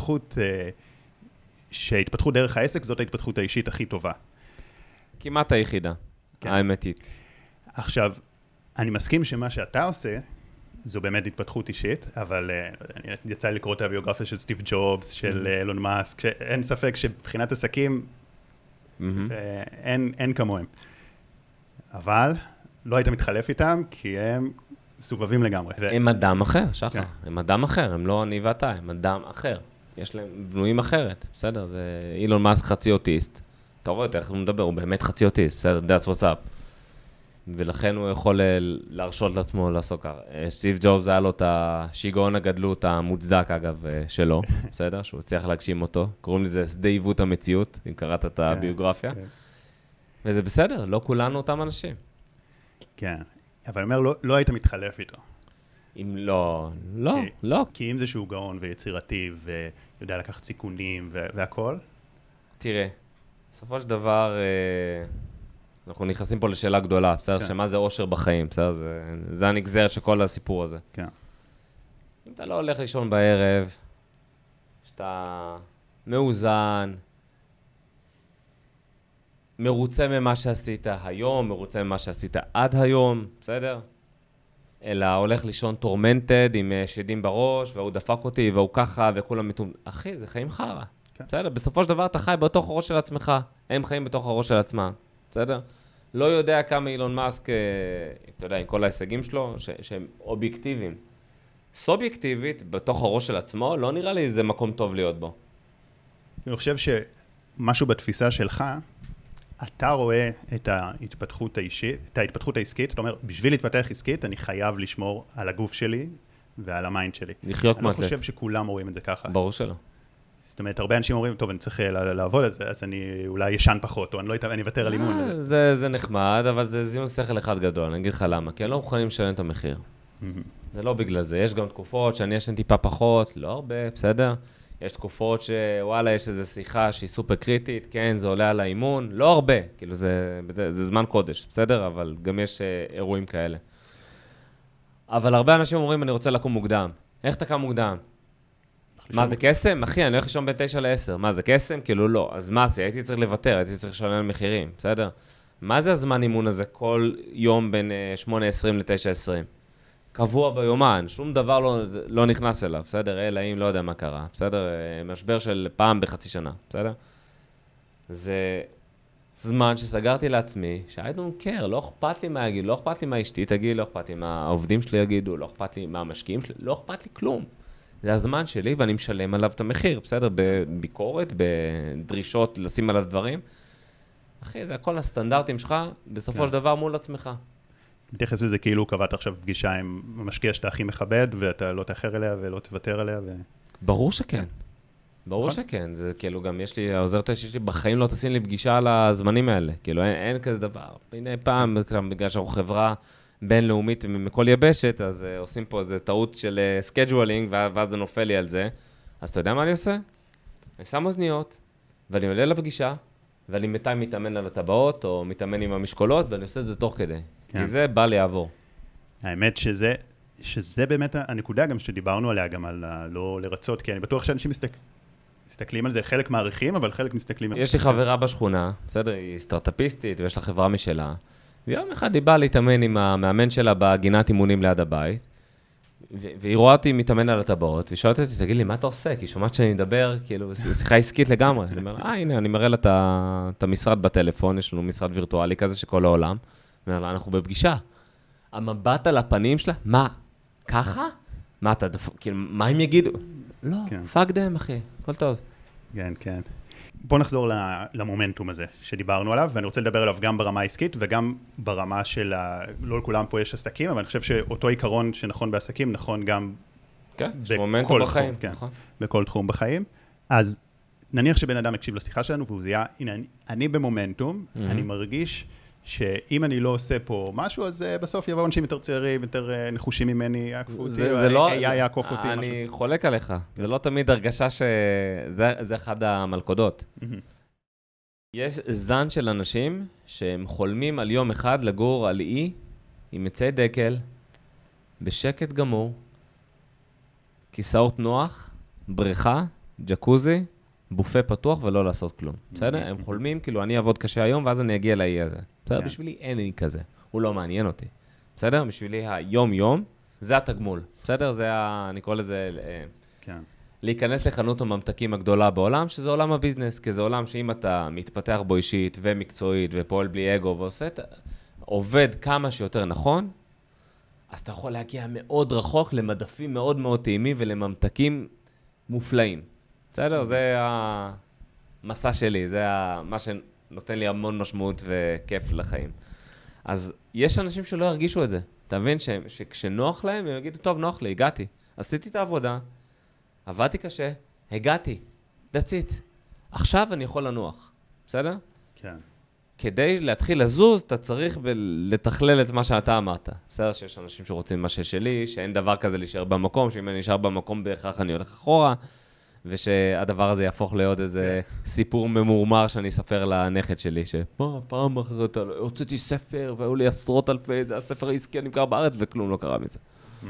שההתפתחות דרך העסק זאת ההתפתחות האישית הכי טובה. כמעט היחידה, האמתית. עכשיו, אני מסכים שמה שאתה עושה, זו באמת התפתחות אישית, אבל יצא לי לקרוא את הביוגרפיה של סטיב ג'ובס, של אילון מאסק, אין ספק שבחינת עסקים, אין כמוהם. אבל לא היית מתחלף איתם, כי הם סובבים לגמרי. הם אדם אחר, שחר. הם אדם אחר, הם לא אני ואתה, הם אדם אחר. יש להם בנויים אחרת, בסדר? זה אילון מאסק חצי אוטיסט. אתה רואה איך הוא מדבר, הוא באמת חצי אוטיסט, בסדר? That's what's up. ולכן הוא יכול להרשות לעצמו לעשות ככה. סטיב ג'ובס היה לו את השיגעון הגדלות המוצדק, אגב, שלו, בסדר? שהוא הצליח להגשים אותו. קוראים לזה שדה עיוות המציאות, אם קראת את הביוגרפיה. וזה בסדר, לא כולנו אותם אנשים. כן, אבל אני אומר, לא היית מתחלף איתו. אם לא. כי אם זה שהוא גאון ויצירתי ויודע לקחת סיכונים והכל. תראה, בסופו של דבר... אנחנו נכנסים פה לשאלה גדולה, בסדר? שמה זה אושר בחיים, בסדר? זה הנגזרת של כל הסיפור הזה. כן. אם אתה לא הולך לישון בערב, שאתה מאוזן, מרוצה ממה שעשית היום, מרוצה ממה שעשית עד היום, בסדר? אלא הולך לישון טורמנטד עם שדים בראש, והוא דפק אותי, והוא ככה, וכולם מתום... אחי, זה חיים חרה. בסדר? בסופו של דבר אתה חי בתוך הראש של עצמך, הם חיים בתוך הראש של עצמם. בסדר? לא יודע כמה אילון מאסק, אתה יודע, עם כל ההישגים שלו, שהם אובייקטיביים. סובייקטיבית, בתוך הראש של עצמו, לא נראה לי איזה מקום טוב להיות בו. אני חושב שמשהו בתפיסה שלך, אתה רואה את ההתפתחות האישית, את ההתפתחות העסקית, אתה אומר, בשביל להתפתח עסקית, אני חייב לשמור על הגוף שלי ועל המיינד שלי. לחיות כמו אתלט. אני לא חושב שכולם רואים את זה ככה. ברור שלא. זאת אומרת, הרבה אנשים אומרים, טוב, אני צריך לעבוד את זה, אז אני אולי ישן פחות, או אני אוותר על אימון. זה נחמד, אבל זה זיון שכל אחד גדול, אני אגיד לך למה, כי הם לא מוכנים לשלם את המחיר. זה לא בגלל זה, יש גם תקופות שאני ישן טיפה פחות, לא הרבה, בסדר? יש תקופות שוואלה, יש איזו שיחה שהיא סופר קריטית, כן, זה עולה על האימון, לא הרבה, כאילו זה זמן קודש, בסדר? אבל גם יש אירועים כאלה. אבל הרבה אנשים אומרים, אני רוצה לקום מוקדם. איך אתה קם מוקדם? מה זה קסם? אחי, אני הולך לישון בין 9 ל-10. מה זה קסם? כאילו לא. אז מה זה? הייתי צריך לוותר, הייתי צריך לשלם מחירים, בסדר? מה זה הזמן אימון הזה כל יום בין 8:20 ל-9:20? קבוע ביומן, שום דבר לא נכנס אליו, בסדר? אלא אם לא יודע מה קרה, בסדר? משבר של פעם בחצי שנה, בסדר? זה זמן שסגרתי לעצמי, ש-I don't care, לא אכפת לי מה יגיד, לא אכפת לי מה אשתי תגיד, לא אכפת לי מה העובדים שלי יגידו, לא אכפת לי מה המשקיעים שלי, לא אכפת לי כלום. זה הזמן שלי ואני משלם עליו את המחיר, בסדר? בביקורת, בדרישות לשים עליו דברים. אחי, זה הכל הסטנדרטים שלך, בסופו של דבר מול עצמך. מתייחס לזה כאילו קבעת עכשיו פגישה עם המשקיע שאתה הכי מכבד, ואתה לא תאחר אליה ולא תוותר עליה. ברור שכן. ברור שכן. זה כאילו גם יש לי, העוזרת האישית שלי, בחיים לא תשים לי פגישה על הזמנים האלה. כאילו אין כזה דבר. הנה פעם, בגלל שאנחנו חברה בינלאומית מכל יבשת, אז עושים פה איזו טעות של סקייג'ואלינג, ואז זה נופל לי על זה. אז אתה יודע מה אני עושה? אני שם אוזניות, ואני עולה לפגישה, ואני מתאמן על הטבעות, או מתאמן עם המשקולות, ואני עושה את זה תוך כדי. כי זה בא לעבור. האמת שזה באמת הנקודה גם שדיברנו עליה, גם על לא לרצות, כי אני בטוח שאנשים מסתכלים על זה, חלק מעריכים, אבל חלק מסתכלים... יש לי חברה בשכונה, בסדר, היא סטארט-אפיסטית, ויש לה חברה משלה, ויום אחד היא באה להתאמן עם המאמן שלה בגינת אימונים ליד הבית, והיא רואה אותי מתאמן על הטבעות, והיא שואלת אותי, תגיד לי, מה אתה עושה? כי היא שומעת שאני מדבר, כאילו, שיחה עסקית לגמרי. אני אומר, הנה, אני מראה לה את המשרד בטלפון, יש לנו משרד וירטואלי כזה שכל העולם. אני אומר לה, אנחנו בפגישה. המבט על הפנים שלה, מה, ככה? מה אתה, כאילו, מה הם יגידו? לא, פאק דם, אחי, הכל טוב. כן, כן. בוא נחזור למומנטום הזה שדיברנו עליו, ואני רוצה לדבר עליו גם ברמה העסקית וגם ברמה של, לא לכולם פה יש עסקים, אבל אני חושב שאותו עיקרון שנכון בעסקים, נכון גם בכל תחום, כן, בכל תחום בחיים. אז נניח שבן אדם הקשיב לשיחה שלנו, והוא זיהה, הנה, אני במומנטום, אני מרגיש שאם אני לא עושה פה משהו, אז בסוף יבואו אנשים יותר צעירים, יותר נחושים ממני, יעקפו אותי, יעקוף אותי. אני חולק עליך, זה לא תמיד הרגשה שזה אחד המלכודות. יש זן של אנשים שהם חולמים על יום אחד לגור על אי, עם עצי דקל, בשקט גמור, כיסאות נוח, בריכה, ג'קוזי, בופה פתוח ולא לעשות כלום. בסדר? הם חולמים, כאילו, אני אעבוד קשה היום, ואז אני אגיע לאי הזה. בסדר? בשבילי אין אי כזה. הוא לא מעניין אותי. בסדר? בשבילי היום-יום, זה התגמול. בסדר? זה אני קורא לזה להיכנס לחנות הממתקים הגדולה בעולם, שזה עולם הביזנס, כי זה עולם שאם אתה מתפתח בו אישית ומקצועית ופועל בלי אגו ועושה, עובד כמה שיותר נכון, אז אתה יכול להגיע מאוד רחוק למדפים מאוד מאוד טעימים ולממתקים מופלאים. בסדר? זה המסע שלי, זה מה שנותן לי המון משמעות וכיף לחיים. אז יש אנשים שלא ירגישו את זה. אתה מבין שכשנוח להם, הם יגידו, טוב, נוח לי, הגעתי. עשיתי את העבודה, עבדתי קשה, הגעתי. That's it. עכשיו אני יכול לנוח. בסדר? כן. כדי להתחיל לזוז, אתה צריך לתכלל את מה שאתה אמרת. בסדר שיש אנשים שרוצים מה ששלי, שאין דבר כזה להישאר במקום, שאם אני נשאר במקום בהכרח אני הולך אחורה, ושהדבר הזה יהפוך לעוד איזה סיפור ממורמר שאני אספר לנכד שלי, פעם אחרת הוצאתי ספר, והיו לי עשרות אלפי, זה הספר העסקי הנמכר בארץ, וכלום לא קרה מזה.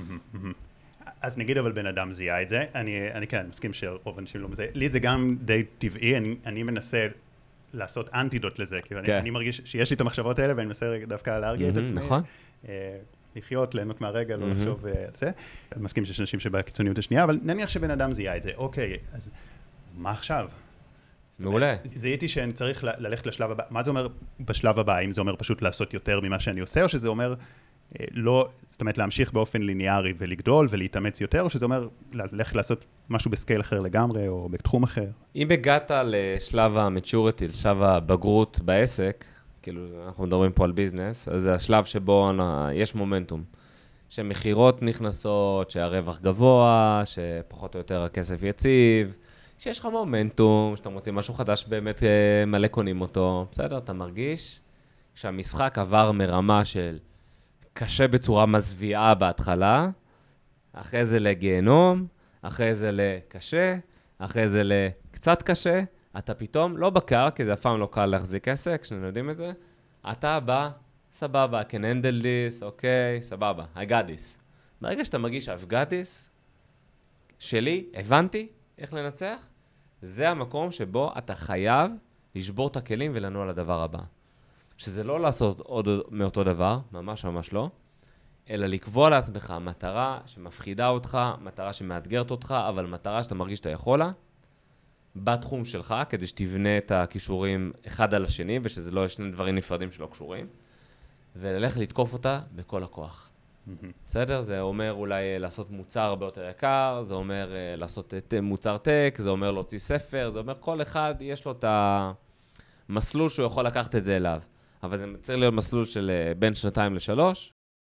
אז נגיד אבל בן אדם זיהה את זה, אני כן מסכים שרוב אנשים לא מזהה, לי זה גם די טבעי, אני מנסה לעשות אנטידוט לזה, כי אני מרגיש שיש לי את המחשבות האלה, ואני מנסה דווקא להרגיע את עצמי. נכון. לחיות, ליהנות מהרגע, לא לחשוב על זה. אני מסכים שיש אנשים שבקיצוניות השנייה, אבל נניח שבן אדם זיהה את זה. אוקיי, אז מה עכשיו? מעולה. זיהיתי שאני צריך ללכת לשלב הבא. מה זה אומר בשלב הבא? האם זה אומר פשוט לעשות יותר ממה שאני עושה, או שזה אומר לא, זאת אומרת, להמשיך באופן ליניארי ולגדול ולהתאמץ יותר, או שזה אומר ללכת לעשות משהו בסקייל אחר לגמרי, או בתחום אחר? אם הגעת לשלב המצ'וריטי, לשלב הבגרות בעסק, כאילו, אנחנו מדברים פה על ביזנס, אז זה השלב שבו יש מומנטום. שמחירות נכנסות, שהרווח גבוה, שפחות או יותר הכסף יציב, שיש לך מומנטום, שאתה מוצאים משהו חדש באמת מלא קונים אותו. בסדר, אתה מרגיש שהמשחק עבר מרמה של קשה בצורה מזוויעה בהתחלה, אחרי זה לגיהנום, אחרי זה לקשה, אחרי זה לקצת קשה, אתה פתאום לא בקר, כי זה אף פעם לא קל להחזיק עסק, שנינו יודעים את זה. אתה בא, סבבה, can handle this, אוקיי, סבבה, I got this. ברגע שאתה מרגיש I've got this, שלי, הבנתי איך לנצח, זה המקום שבו אתה חייב לשבור את הכלים ולנוע לדבר הבא. שזה לא לעשות עוד מאותו דבר, ממש ממש לא, אלא לקבוע לעצמך מטרה שמפחידה אותך, מטרה שמאתגרת אותך, אבל מטרה שאתה מרגיש שאתה יכול לה, בתחום שלך, כדי שתבנה את הכישורים אחד על השני, ושזה לא שני דברים נפרדים שלא קשורים, וללך לתקוף אותה בכל הכוח. בסדר? זה אומר אולי לעשות מוצר הרבה יותר יקר, זה אומר לעשות מוצר טק, זה אומר להוציא ספר, זה אומר כל אחד יש לו את המסלול שהוא יכול לקחת את זה אליו. אבל זה צריך להיות מסלול של בין 2 ל-3,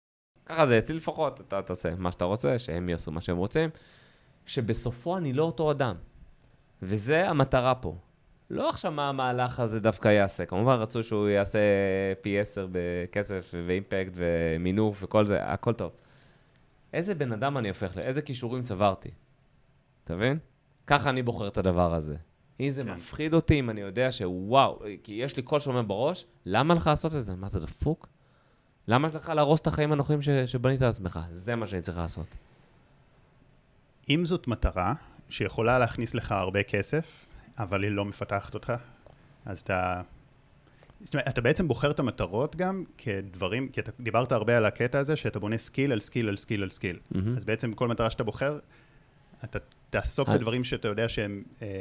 ככה זה, אצלי לפחות, אתה תעשה מה שאתה רוצה, שהם יעשו מה שהם רוצים, שבסופו אני לא אותו אדם. וזה המטרה פה. לא עכשיו מה המהלך הזה דווקא יעשה. כמובן רצו שהוא יעשה פי 10 בכסף ואימפקט ומינוף וכל זה, הכל טוב. איזה בן אדם אני הופך לי? איזה כישורים צברתי? אתה מבין? ככה אני בוחר את הדבר הזה. אם זה מפחיד אותי, אם אני יודע שוואו, כי יש לי כל שומע בראש, למה לך לעשות את זה? מה, אתה דפוק? למה לך להרוס את החיים הנוחים שבנית על עצמך? זה מה שאני צריך לעשות. אם זאת מטרה שיכולה להכניס לך הרבה כסף, אבל היא לא מפתחת אותך, אז זאת אומרת, אתה בעצם בוחר את המטרות גם כדברים, כי אתה דיברת הרבה על הקטע הזה, שאתה בונה סקיל על סקיל על סקיל על סקיל. אז בעצם כל מטרה שאתה בוחר, אתה תעסוק בדברים שאתה יודע שהם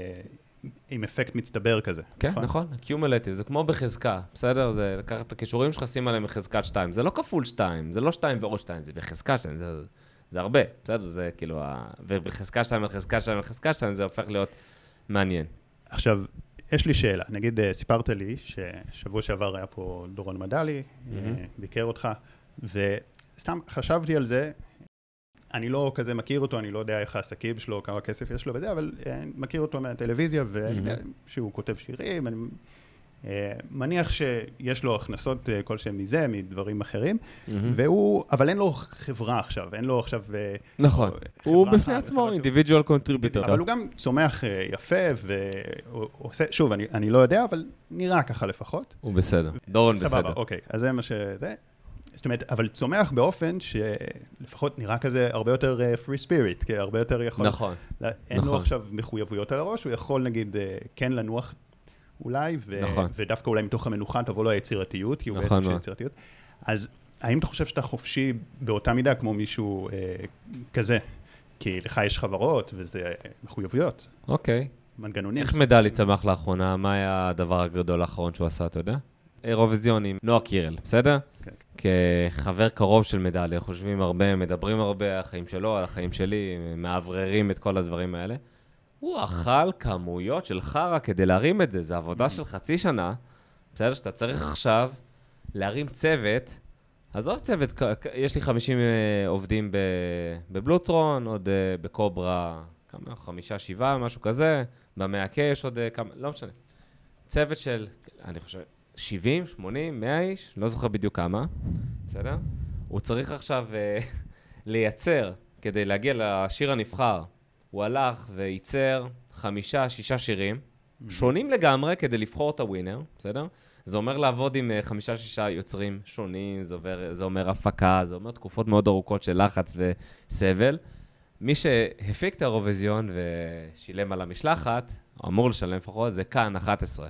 עם אפקט מצטבר כזה. כן, נכון, cumulative, זה כמו בחזקה, בסדר? זה לקחת את הכישורים שלך, שים עליהם בחזקת 2. זה לא כפול 2, זה לא 2 ועוד 2, זה בחזקה 2, זה הרבה, בסדר? זה כאילו, ובחזקה 2 על חזקה 2 על חזקה 2, זה הופך להיות מעניין. עכשיו, יש לי שאלה. נגיד, סיפרת לי ששבוע שעבר היה פה דורון מדלי, ביקר אותך, וסתם חשבתי על זה, אני לא כזה מכיר אותו, אני לא יודע איך העסקים שלו, כמה כסף יש לו וזה, אבל מכיר אותו מהטלוויזיה, ואני יודע שהוא כותב שירים, אני מניח שיש לו הכנסות כלשהם מזה, מדברים אחרים, אבל אין לו חברה עכשיו, אין לו עכשיו... נכון, הוא בפני עצמו, individual contributor. אבל הוא גם צומח יפה, ועושה, שוב, אני לא יודע, אבל נראה ככה לפחות. הוא בסדר, דורון בסדר. סבבה, אוקיי, אז זה מה שזה. זאת אומרת, אבל צומח באופן שלפחות נראה כזה הרבה יותר free spirit, כי הרבה יותר יכול... נכון. אין לו עכשיו מחויבויות על הראש, הוא יכול נגיד כן לנוח אולי, ודווקא אולי מתוך המנוחה תבוא לו היצירתיות, כי הוא בעסק של יצירתיות. אז האם אתה חושב שאתה חופשי באותה מידה כמו מישהו כזה? כי לך יש חברות וזה מחויבויות. אוקיי. מנגנונים. איך מדלי צמח לאחרונה? מה היה הדבר הגדול האחרון שהוא עשה, אתה יודע? אירוויזיונים, נועה קירל, בסדר? כחבר קרוב של מדלי, חושבים הרבה, מדברים הרבה על החיים שלו, על החיים שלי, מאווררים את כל הדברים האלה. הוא אכל כמויות של חרה כדי להרים את זה, זה עבודה של חצי שנה, בסדר? שאתה צריך עכשיו להרים צוות, עזוב צוות, יש לי 50 עובדים בבלוטרון, עוד בקוברה, כמה, 5, 7, משהו כזה, במעקה יש עוד כמה, לא משנה. צוות של, אני חושב, 70, 80, 100 איש, לא זוכר בדיוק כמה, בסדר? הוא צריך עכשיו לייצר, כדי להגיע לשיר הנבחר, הוא הלך וייצר 5, 6 שירים, שונים לגמרי כדי לבחור את הווינר, בסדר? זה אומר לעבוד עם 5, 6 יוצרים שונים, זה אומר הפקה, זה אומר תקופות מאוד ארוכות של לחץ וסבל. מי שהפיק את האירוויזיון ושילם על המשלחת, או אמור לשלם לפחות, זה כאן 11.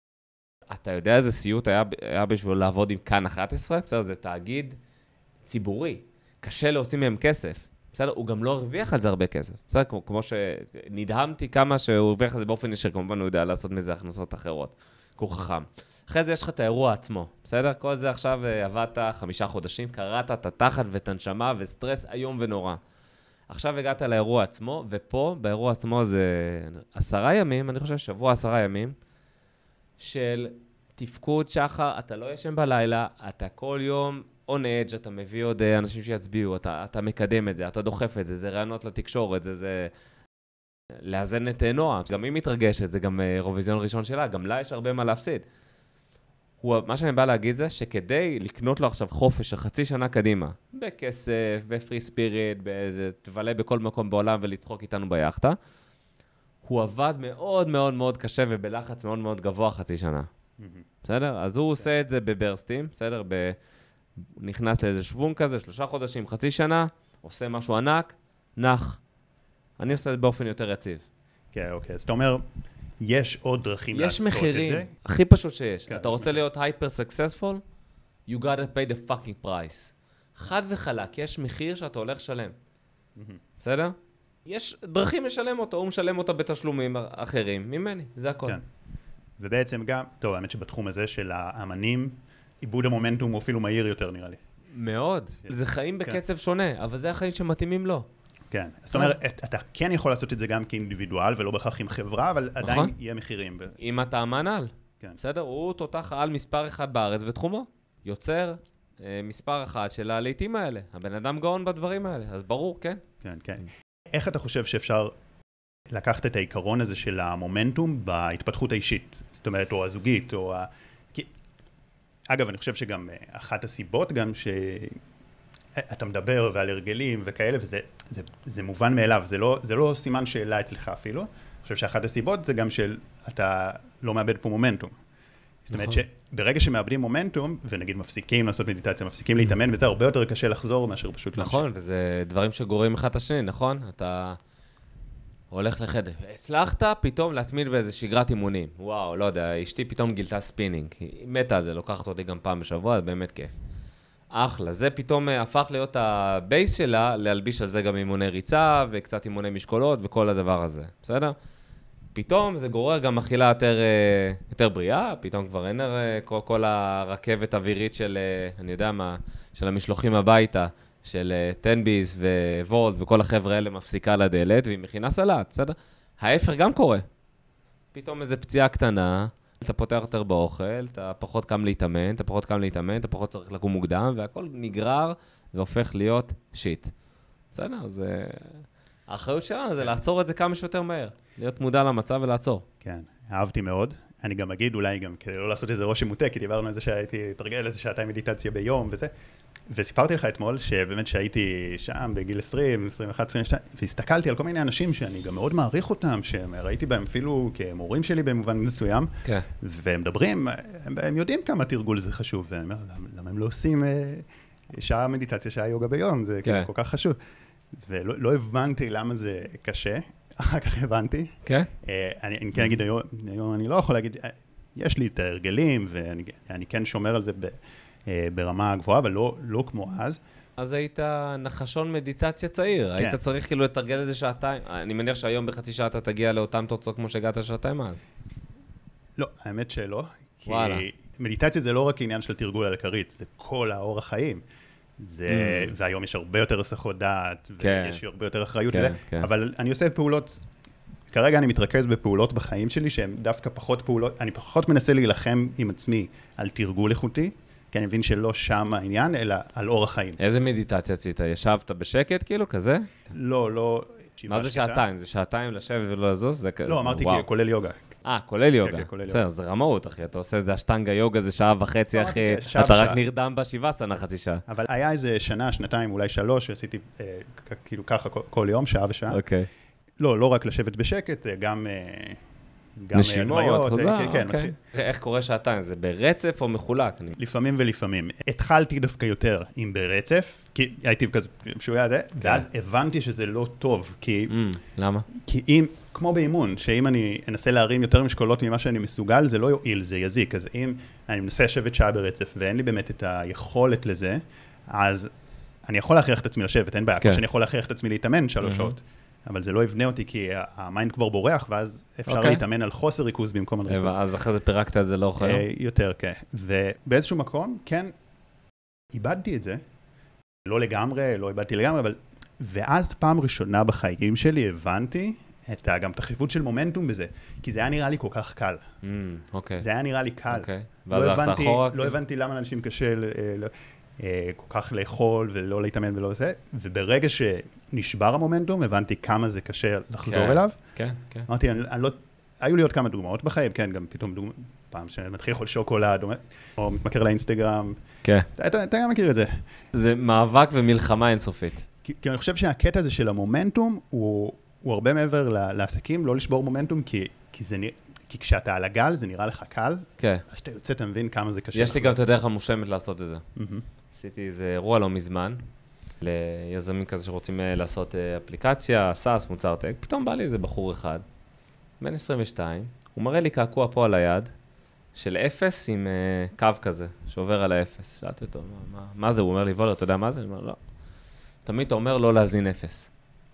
אתה יודע איזה סיוט היה בשביל לעבוד עם כאן 11? בסדר, זה תאגיד ציבורי. קשה להוציא מהם כסף. בסדר, הוא גם לא הרוויח על זה הרבה כסף. בסדר, כמו שנדהמתי כמה שהוא הרוויח על זה באופן ישיר, כמובן הוא יודע לעשות מזה הכנסות אחרות. כי הוא חכם. אחרי זה יש לך את האירוע עצמו. בסדר? כל זה עכשיו עבדת 5 חודשים, קראת את התחת ואת הנשמה וסטרס היום ונורא. עכשיו הגעת לאירוע עצמו, ופה באירוע עצמו זה 10 ימים, אני חושב שבוע 10 ימים, של תפקוד שחר, אתה לא ישן בלילה, אתה כל יום on edge, אתה מביא עוד אנשים שיצביעו, אתה מקדם את זה, אתה דוחף את זה, זה רעיונות לתקשורת, זה לאזן את נועה. גם היא מתרגשת, זה גם אירוויזיון ראשון שלה, גם לה יש הרבה מה להפסיד. מה שאני בא להגיד זה שכדי לקנות לו עכשיו חופש של חצי שנה קדימה, בכסף, בפרי ספיריט, תבלה בכל מקום בעולם ולצחוק איתנו ביחטה, הוא עבד מאוד מאוד מאוד קשה ובלחץ מאוד מאוד גבוה חצי שנה. בסדר? אז הוא עושה את זה בברסטים, בסדר? נכנס לאיזה שבון כזה, 3 חודשים, חצי שנה, עושה משהו ענק, נח. אני עושה את זה באופן יותר יציב. כן, אוקיי. אז אתה אומר, יש עוד דרכים לעשות את זה? יש מחירים, הכי פשוט שיש. אתה רוצה להיות hyper successful? You gotta pay the fucking price. חד וחלק, יש מחיר שאתה הולך לשלם. בסדר? יש דרכים לשלם אותו, הוא משלם אותו בתשלומים אחרים ממני, זה הכל. כן. ובעצם גם, טוב, האמת שבתחום הזה של האמנים, עיבוד המומנטום הוא אפילו מהיר יותר נראה לי. מאוד. זה חיים בקצב שונה, אבל זה החיים שמתאימים לו. כן. זאת אומרת, אתה כן יכול לעשות את זה גם כאינדיבידואל, ולא בהכרח עם חברה, אבל עדיין יהיה מחירים. אם אתה אמן על. בסדר? הוא תותח על מספר אחד בארץ בתחומו. יוצר, מספר אחת של הלעיתים האלה. הבן אדם גאון בדברים האלה, אז ברור, כן? כן, כן. איך אתה חושב שאפשר לקחת את העיקרון הזה של המומנטום בהתפתחות האישית? זאת אומרת, או הזוגית, או אגב, אני חושב שגם אחת הסיבות גם שאתה מדבר ועל הרגלים וכאלה, וזה מובן מאליו, זה לא סימן שאלה אצלך אפילו. אני חושב שאחת הסיבות זה גם שאתה לא מאבד פה מומנטום. זאת אומרת שברגע שמאבדים מומנטום, ונגיד מפסיקים לעשות מדיטציה, מפסיקים להתאמן, וזה הרבה יותר קשה לחזור מאשר פשוט להמשיך. נכון, וזה דברים שגוררים אחד את השני, נכון? אתה הולך לחדר. הצלחת פתאום להתמיד באיזה שגרת אימונים. וואו, לא יודע, אשתי פתאום גילתה ספינינג. היא מתה על זה, לוקחת אותי גם פעם בשבוע, זה באמת כיף. אחלה, זה פתאום הפך להיות הבייס שלה, להלביש על זה גם אימוני ריצה, וקצת אימוני משקולות, וכל הדבר הזה, בסדר? פתאום זה גורר גם אכילה יותר בריאה, פתאום כבר אין כל הרכבת אווירית של, אני יודע מה, של המשלוחים הביתה, של טנביס ווולט וכל החבר'ה האלה מפסיקה לדלת, והיא מכינה סלט, בסדר? ההפך גם קורה. פתאום איזו פציעה קטנה, אתה פותח יותר באוכל, אתה פחות קם להתאמן, אתה פחות צריך לקום מוקדם, והכל נגרר והופך להיות שיט. בסדר? אז האחריות שלנו זה לעצור את זה כמה שיותר מהר. להיות מודע למצב ולעצור. כן, אהבתי מאוד. אני גם אגיד, אולי גם כדי לא לעשות איזה ראש מוטה, כי דיברנו על זה שהייתי תרגל איזה שעתיים מדיטציה ביום וזה, וסיפרתי לך אתמול שבאמת שהייתי שם בגיל 20, 21, 22, והסתכלתי על כל מיני אנשים שאני גם מאוד מעריך אותם, שראיתי בהם אפילו כמורים שלי במובן מסוים, כן. והם מדברים, הם יודעים כמה תרגול זה חשוב, ואני אומר, למה הם לא עושים שעה מדיטציה, שעה יוגה ביום, זה כן. כל כך חשוב. ולא הבנתי למה זה קשה, אחר כך הבנתי. כן? אני כן אגיד, היום אני לא יכול להגיד, יש לי את ההרגלים, ואני כן שומר על זה ברמה גבוהה, אבל לא כמו אז. אז היית נחשון מדיטציה צעיר, כן. היית צריך כאילו לתרגל איזה שעתיים. אני מניח שהיום בחצי שעה אתה תגיע לאותם תוצאות כמו שהגעת שעתיים אז. לא, האמת שלא. וואלה. כי מדיטציה זה לא רק עניין של תרגול על הכרית, זה כל האורח חיים. והיום יש הרבה יותר הסחות דעת, ויש הרבה יותר אחריות לזה, אבל אני עושה פעולות, כרגע אני מתרכז בפעולות בחיים שלי, שהן דווקא פחות פעולות, אני פחות מנסה להילחם עם עצמי על תרגול איכותי, כי אני מבין שלא שם העניין, אלא על אורח חיים. איזה מדיטציה עשית? ישבת בשקט כאילו, כזה? לא. מה זה שעתיים? זה שעתיים לשבת ולא לזוז? לא, אמרתי כולל יוגה. כולל יוגה. בסדר, זה רמאות, אחי. אתה עושה איזה אשטנגה יוגה, זה שעה וחצי, אחי. אתה רק נרדם בשבעה חצי שעה. אבל היה איזה שנה, שנתיים, אולי 3, שעשיתי כאילו ככה כל יום, שעה ושעה. אוקיי. לא רק לשבת בשקט, גם נשימות, כן. איך קורה שעתיים? זה ברצף או מחולק? לפעמים ולפעמים. התחלתי דווקא יותר עם ברצף, כי הייתי כזה משויה זה, ואז הבנתי שזה לא טוב, כי... למה? כי אם, כמו באימון, שאם אני אנסה להרים יותר משקולות ממה שאני מסוגל, זה לא יועיל, זה יזיק. אז אם אני מנסה לשבת שעה ברצף, ואין לי באמת את היכולת לזה, אז אני יכול להכריח את עצמי לשבת, אין בעיה, כמו שאני יכול להכריח את עצמי להתאמן 3 שעות. אבל זה לא יבנה אותי, כי המיינד כבר בורח, ואז אפשר להתאמן על חוסר ריכוז במקום על ריכוז. אז אחרי זה פירקת את זה לאורך היום? יותר, כן. ובאיזשהו מקום, כן, איבדתי את זה. לא לגמרי, לא איבדתי לגמרי, אבל... ואז פעם ראשונה בחיים שלי הבנתי גם את החשיבות של מומנטום בזה, כי זה היה נראה לי כל כך קל. זה היה נראה לי קל. לא הבנתי למה לאנשים קשה כל כך לאכול ולא להתאמן ולא זה, וברגע שנשבר המומנטום, הבנתי כמה זה קשה לחזור אליו. כן, כן. אמרתי, היו לי עוד כמה דוגמאות בחיים, כן, גם פתאום פעם שמתחיל לאכול שוקולד, או מתמכר לאינסטגרם. כן. אתה גם מכיר את זה. זה מאבק ומלחמה אינסופית. כי אני חושב שהקטע הזה של המומנטום, הוא הרבה מעבר לעסקים, לא לשבור מומנטום, כי כשאתה על הגל, זה נראה לך קל. כן. אז שאתה יוצא, אתה מבין כמה זה קשה. יש לי גם את הדרך המושלמת לעשות את זה. עשיתי איזה אירוע לא מזמן, ליזמים כזה שרוצים לעשות אפליקציה, סאס, מוצר טק. פתאום בא לי איזה בחור אחד, בן 22, הוא מראה לי קעקוע פה על היד, של 0 עם קו כזה, שעובר על ה-0. שאלתי אותו, מה זה? הוא אומר לי, וולר, אתה יודע מה זה? אני אומר, לא. תמיד אתה אומר לא להזין 0.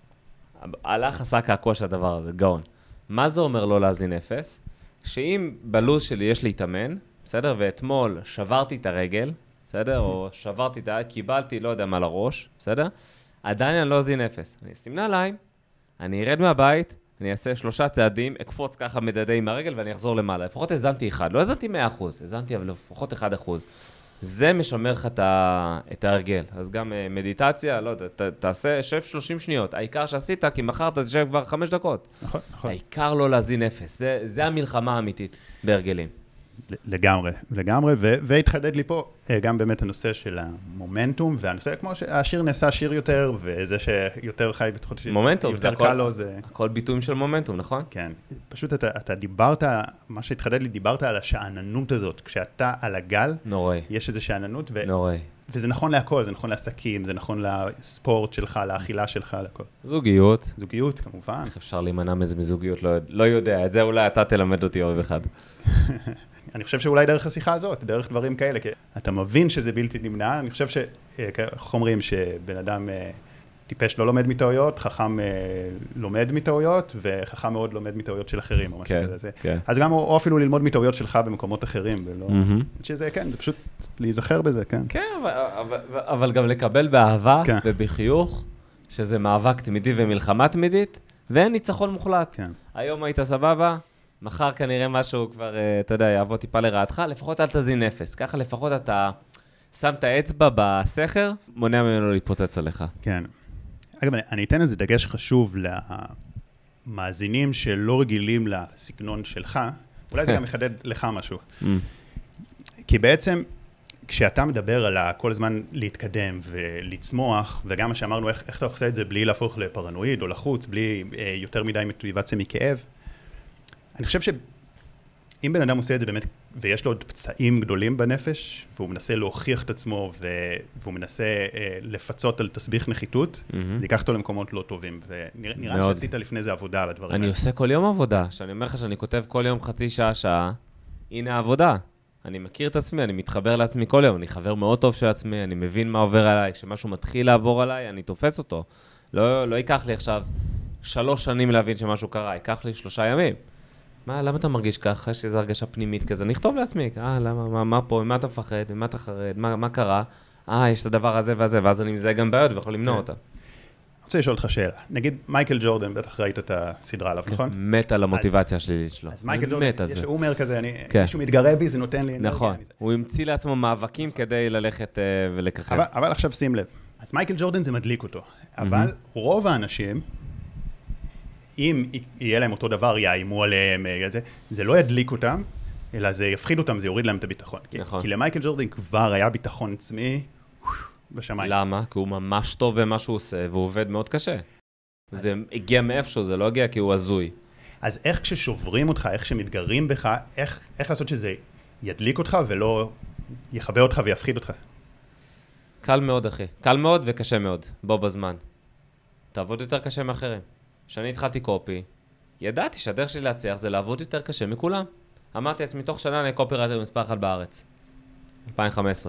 הלך עשה קעקוע של הדבר הזה, גאון. מה זה אומר לא להזין 0? שאם בלוז שלי יש להתאמן, בסדר? ואתמול שברתי את הרגל, בסדר? או שברתי את היד, קיבלתי, לא יודע מה לראש, בסדר? עדיין אני לא אזין 0. אני אשים נעליים, אני ארד מהבית, אני אעשה 3 צעדים, אקפוץ ככה מדדי עם הרגל ואני אחזור למעלה. לפחות הזנתי 1, לא הזנתי 100%, הזנתי אבל לפחות 1%. זה משמר לך את ההרגל. אז גם מדיטציה, לא יודע, תעשה, שב 30 שניות. העיקר שעשית, כי מחר אתה תשב כבר 5 דקות. נכון, נכון. העיקר לא להזין אפס. זה המלחמה האמיתית בהרגלים. לגמרי, לגמרי, והתחדד לי פה גם באמת הנושא של המומנטום, והנושא כמו שהשיר נעשה שיר יותר, וזה שיותר חי בתחום שיר, מומנטום, זה הכל ביטויים של מומנטום, נכון? כן, פשוט אתה דיברת, מה שהתחדד לי, דיברת על השעננות הזאת, כשאתה על הגל, נוראי. יש איזו שעננות, נוראי. וזה נכון להכל, זה נכון לעסקים, זה נכון לספורט שלך, לאכילה שלך, לכל. זוגיות. זוגיות, כמובן. איך אפשר להימנע מזה מזוגיות? לא יודע, את זה אולי אתה תלמד אותי עוד אחד. אני חושב שאולי דרך השיחה הזאת, דרך דברים כאלה, כי אתה מבין שזה בלתי נמנע, אני חושב איך אומרים שבן אדם טיפש לא לומד מטעויות, חכם לומד מטעויות, וחכם מאוד לומד מטעויות של אחרים, או משהו כזה. אז גם או אפילו ללמוד מטעויות שלך במקומות אחרים, שזה כן, זה פשוט להיזכר בזה, כן. כן, אבל גם לקבל באהבה ובחיוך, שזה מאבק תמידי ומלחמה תמידית, ואין ניצחון מוחלט. היום היית סבבה, מחר כנראה משהו כבר, אתה יודע, יעבוד טיפה לרעתך, לפחות אל תזין אפס. ככה לפחות אתה שם את האצבע בסכר, מונע ממנו להתפוצץ עליך. כן. אגב, אני אתן איזה דגש חשוב למאזינים שלא רגילים לסגנון שלך, אולי זה גם מחדד לך משהו. כי בעצם, כשאתה מדבר על כל הזמן להתקדם ולצמוח, וגם מה שאמרנו, איך אתה עושה את זה בלי להפוך לפרנואיד או לחוץ, בלי יותר מדי מוטיבציה מכאב, אני חושב שאם בן אדם עושה את זה באמת, ויש לו עוד פצעים גדולים בנפש, והוא מנסה להוכיח את עצמו, והוא מנסה לפצות על תסביך נחיתות, זה ייקח אותו למקומות לא טובים. ונראה שעשית לפני זה עבודה על הדברים האלה. אני עושה כל יום עבודה. שאני אומר לך שאני כותב כל יום חצי שעה, הנה העבודה. אני מכיר את עצמי, אני מתחבר לעצמי כל יום, אני חבר מאוד טוב של עצמי, אני מבין מה עובר עליי, כשמשהו מתחיל לעבור עליי, אני תופס אותו. לא ייקח לי עכשיו 3 שנים להבין שמשהו קרה, ייקח לי 3 ימים. למה אתה מרגיש ככה? יש איזו הרגשה פנימית כזה? נכתוב לעצמי, למה, מה פה, מה אתה מפחד, מה אתה חרד, מה קרה? יש את הדבר הזה והזה, ואז אני מזהה גם בעיות ויכול למנוע אותה. אני רוצה לשאול אותך שאלה. נגיד, מייקל ג'ורדן, בטח ראית את הסדרה עליו, נכון? מת על המוטיבציה שלי שלו. אז מייקל ג'ורדן, הוא אומר כזה, מישהו מתגרה בי, זה נותן לי... נכון, הוא המציא לעצמו מאבקים כדי ללכת ולכחד. אבל עכשיו שים לב. אז מייקל ג'ורדן זה מדליק אותו. אבל רוב האנשים, אם יהיה להם אותו דבר, יאיימו עליהם, זה לא ידליק אותם, אלא זה יפחיד אותם, זה יוריד להם את הביטחון. כי למייקל ג'ורדן כבר היה ביטחון עצמי בשמיים. למה? כי הוא ממש טוב במה שהוא עושה, והוא עובד מאוד קשה. זה הגיע מאיפשהו, זה לא הגיע כי הוא הזוי. אז איך כששוברים אותך, איך שמתגרים בך, איך לעשות שזה ידליק אותך ולא יחבא אותך ויפחיד אותך? קל מאוד, אחי. קל מאוד וקשה מאוד, בו בזמן. תעבוד יותר קשה מאחרים. כשאני התחלתי קופי, ידעתי שהדרך שלי להצליח זה לעבוד יותר קשה מכולם. אמרתי לעצמי, תוך שנה אני קופירייטר מספר 1 בארץ. 2015.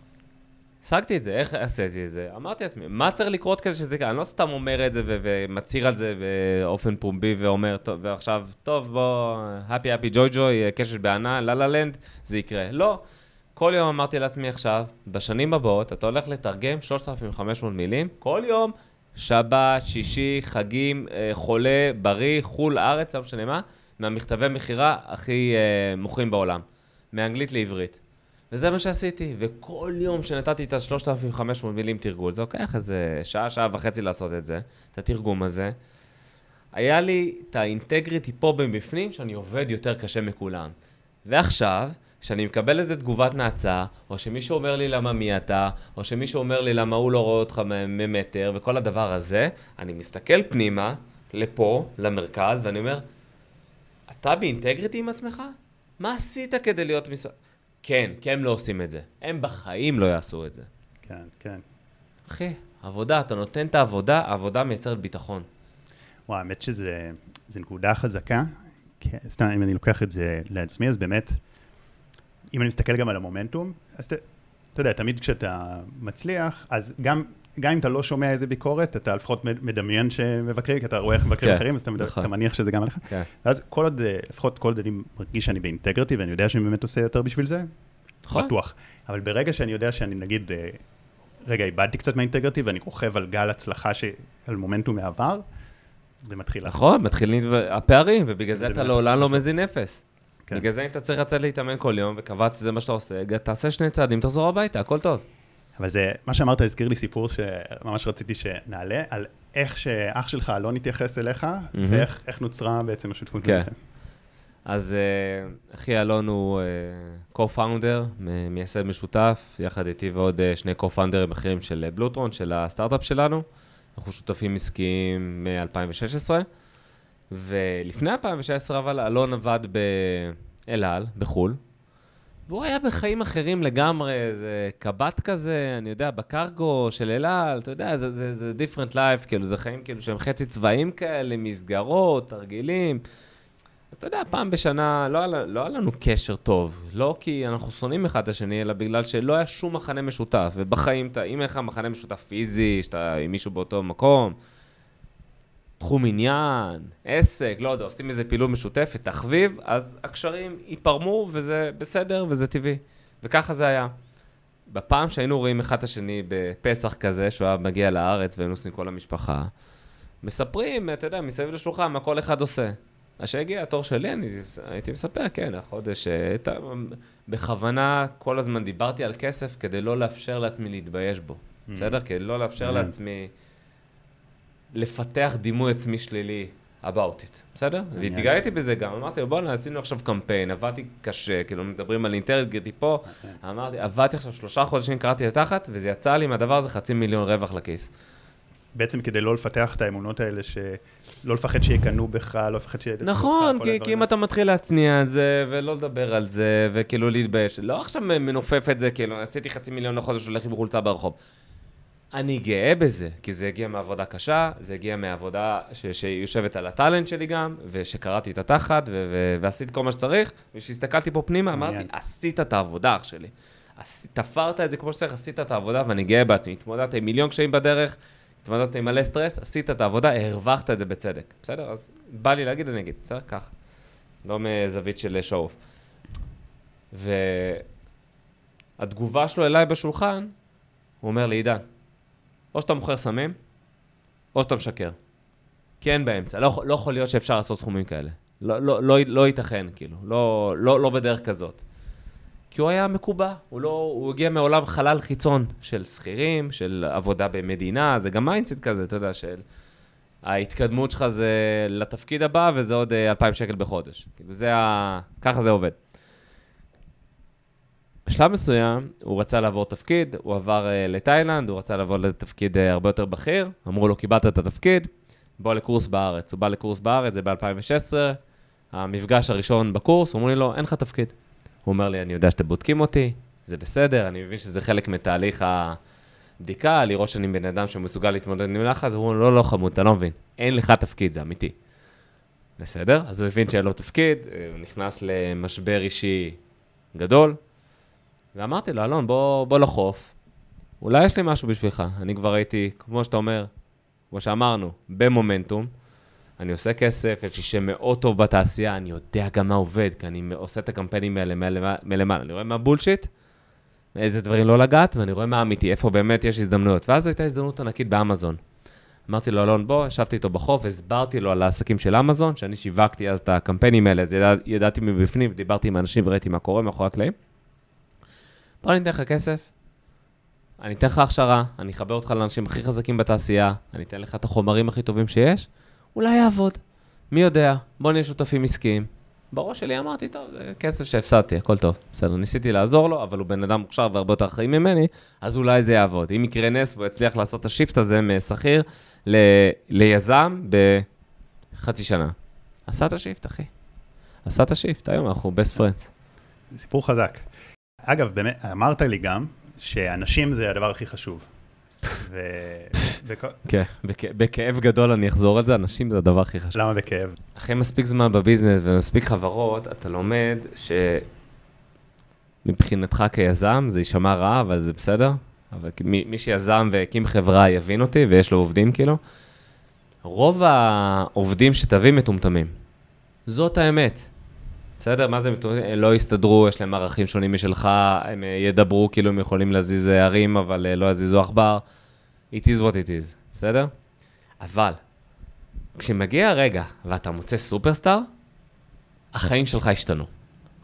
השגתי את זה, איך עשיתי את זה? אמרתי לעצמי, מה צריך לקרות כזה שזה יקרה? אני לא סתם אומר את זה ומצהיר על זה באופן פומבי ואומר, טוב, ועכשיו, טוב, בוא, happy, joy, קשש בענה, לנד, זה יקרה. לא. כל יום אמרתי לעצמי עכשיו, בשנים הבאות, אתה הולך לתרגם 3,500 מילים, כל יום, שבת, שישי, חגים, חולה, בריא, חול, ארץ, לא משנה מה, מהמכתבי מחירה הכי מוכרים בעולם, מאנגלית לעברית. וזה מה שעשיתי, וכל יום שנתתי את ה-3,500 מילים תרגול, זה לוקח איזה שעה וחצי לעשות את זה, את התרגום הזה, היה לי את האינטגריטי פה בפנים, שאני עובד יותר קשה מכולם. ועכשיו, כשאני מקבל איזו תגובת נעצה, או שמישהו אומר לי למה מי אתה, או שמישהו אומר לי למה הוא לא רואה אותך ממטר, וכל הדבר הזה, אני מסתכל פנימה, לפה, למרכז, ואני אומר, אתה באינטגריטי עם עצמך? מה עשית כדי להיות כן, כי הם לא עושים את זה. הם בחיים לא יעשו את זה. כן, כן. אחי, עבודה, אתה נותן את העבודה, העבודה מייצרת ביטחון. וואו, האמת שזה נקודה חזקה. סתם, אם אני לוקח את זה לעצמי, אז באמת, אם אני מסתכל גם על המומנטום, אז אתה יודע, תמיד כשאתה מצליח, אז גם אם אתה לא שומע איזה ביקורת, אתה לפחות מדמיין שמבקרים, כי אתה רואה איך מבקרים אחרים, אז אתה מניח שזה גם עליך. ואז כל עוד, לפחות כל עוד אני מרגיש שאני באינטגריטי, ואני יודע שאני באמת עושה יותר בשביל זה, בטוח. אבל ברגע שאני יודע שאני נגיד, רגע, איבדתי קצת מהאינטגריטי, ואני רוכב על גל הצלחה על מומנטום מעבר, זה מתחיל. נכון, מתחילים הפערים, ובגלל זה אתה לעולם לא מזין אפס. כן. בגלל זה אם אתה צריך לצאת להתאמן כל יום, וקבעת זה מה שאתה עושה, תעשה 2 צעדים, תחזור הביתה, הכל טוב. אבל זה, מה שאמרת הזכיר לי סיפור שממש רציתי שנעלה, על איך שאח שלך לא נתייחס אליך, ואיך נוצרה בעצם השותפות. כן. אז אחי אלון הוא co-founder, מייסד משותף, יחד איתי ועוד 2 co-founders אחרים של בלוטרון, של הסטארט-אפ שלנו. אנחנו שותפים עסקיים מ-2016, ולפני 2016 אבל אלון עבד באל על, בחול, והוא היה בחיים אחרים לגמרי, זה קבט כזה, אני יודע, בקרגו של אל על, אתה יודע, זה different life, כאילו, זה חיים כאילו שהם חצי צבעים כאלה, מסגרות, תרגילים. אז אתה יודע, פעם בשנה לא היה לנו קשר טוב, לא כי אנחנו שונאים אחד את השני, אלא בגלל שלא היה שום מחנה משותף, ובחיים, אם אין לך מחנה משותף פיזי, שאתה עם מישהו באותו מקום, תחום עניין, עסק, לא יודע, עושים איזה פעילות משותפת, תחביב, אז הקשרים ייפרמו, וזה בסדר, וזה טבעי. וככה זה היה. בפעם שהיינו רואים אחד את השני בפסח כזה, שהוא היה מגיע לארץ, והיינו עושים כל המשפחה, מספרים, אתה יודע, מסביב לשולחן, מה כל אחד עושה. אז שהגיע התור שלי, אני הייתי מספר, כן, החודש, בכוונה כל הזמן דיברתי על כסף, כדי לא לאפשר לעצמי להתבייש בו. בסדר? כדי לא לאפשר לעצמי לפתח דימוי עצמי שלילי about it. בסדר? והתגאיתי בזה גם. אמרתי, בואו, עשינו עכשיו קמפיין, עבדתי קשה, כאילו מדברים על אינטגריטי פה, אמרתי, עבדתי עכשיו 3 חודשים, קראתי לתחת, וזה יצא לי מהדבר הזה 500,000 רווח לכיס. בעצם כדי לא לפתח את האמונות האלה, לא לפחד שיקנו בך, לא לפחד שידעו בך. נכון, כי אם אתה מתחיל להצניע על זה, ולא לדבר על זה, וכאילו להתבייש, לא עכשיו מנופף את זה, כאילו, עשיתי 500,000 לחודש, הולך עם חולצה ברחוב. אני גאה בזה, כי זה הגיע מעבודה קשה, זה הגיע מעבודה שיושבת על הטלנט שלי גם, ושקראתי את התחת, ועשיתי כל מה שצריך, ושהסתכלתי פה פנימה, אמרתי, עשית את העבודה, אח שלי. תפרת את זה כמו שצריך, עשית את העבודה, ואני גאה בעצמי. התמודדת עם 1,000,000 קשיים בדרך, התמודדת עם מלא סטרס, עשית את העבודה, הרווחת את זה בצדק. בסדר? אז בא לי להגיד, אני אגיד, בסדר? כך. לא מזווית של שואוף. והתגובה שלו אליי בשולחן, הוא אומר לי, עידן, או שאתה מוכר סמים, או שאתה משקר. כי אין באמצע. לא יכול להיות שאפשר לעשות סכומים כאלה. לא ייתכן, כאילו. לא בדרך כזאת. כי הוא היה מקובע. הוא הגיע מעולם חלל חיצון של שכירים, של עבודה במדינה, זה גם מיינדסט כזה, אתה יודע, של ההתקדמות שלך זה לתפקיד הבא, וזה עוד 2,000 שקל בחודש. כאילו ככה זה עובד. בשלב מסוים, הוא רצה לעבור תפקיד, הוא עבר לתאילנד, הוא רצה לעבור לתפקיד הרבה יותר בכיר, אמרו לו, קיבלת את התפקיד, בוא לקורס בארץ. הוא בא לקורס בארץ, זה ב-2016, המפגש הראשון בקורס, אמרו לי לו, אין לך תפקיד. הוא אומר לי, אני יודע שאתם בודקים אותי, זה בסדר, אני מבין שזה חלק מתהליך הבדיקה, לראות שאני בן אדם שמסוגל להתמודד עם לחץ, הוא אומר, לא חמוד, אתה לא מבין, אין לך תפקיד, זה אמיתי. בסדר? אז הוא הבין שאין לו תפקיד, הוא נכנס למשבר אישי גדול, ואמרתי לו, אלון, בוא לחוף, אולי יש לי משהו בשבילך, אני כבר הייתי, כמו שאתה אומר, כמו שאמרנו, במומנטום, אני עושה כסף, יש לי שם מאוד טוב בתעשייה, אני יודע גם מה עובד, כי אני עושה את הקמפיינים האלה מלמעלה, אני רואה מה בולשיט, איזה דברים לא לגעת, ואני רואה מה אמיתי, איפה באמת יש הזדמנויות, ואז הייתה הזדמנות ענקית באמזון. אמרתי לו, אלון, בוא, ישבתי איתו בחוף, הסברתי לו על העסקים של אמזון, שאני שיווקתי אז את הקמפיינים האלה, אז ידעתי מבפנים, דיברתי עם אנשים וראיתי מה קורה מאחורי הקלעים. בוא, אני אתן לך כסף, אני אתן לך הכשרה, אני אחבר אותך לאנשים הכי חזקים בתעשייה, אני אתן לך את החומרים הכי טובים שיש, אולי יעבוד. מי יודע? בוא נהיה שותפים עסקיים. בראש שלי אמרתי, טוב, זה כסף שהפסדתי, הכל טוב. בסדר, ניסיתי לעזור לו, אבל הוא בן אדם מוכשר והרבה יותר חיים ממני, אז אולי זה יעבוד. אם יקרה נס והוא יצליח לעשות את השיפט הזה משכיר ליזם בחצי שנה. עשה את השיפט, אחי. עשה את השיפט, היום אנחנו best friends. סיפור חזק. אגב, באמת, אמרת לי גם שאנשים זה הדבר הכי חשוב. כן, בכאב גדול אני אחזור על זה, אנשים זה הדבר הכי חשוב. למה בכאב? אחרי מספיק זמן בביזנס ומספיק חברות, אתה לומד שמבחינתך כיזם, זה יישמע רע, אבל זה בסדר. אבל מי שיזם והקים חברה יבין אותי, ויש לו עובדים כאילו. רוב העובדים שתווים מטומטמים. זאת האמת. בסדר? מה זה מטומטמים? לא יסתדרו, יש להם ערכים שונים משלך, הם ידברו כאילו הם יכולים להזיז הרים, אבל לא יזיזו עכבר. It is what it is, בסדר? אבל, כשמגיע הרגע ואתה מוצא סופרסטאר, החיים שלך השתנו.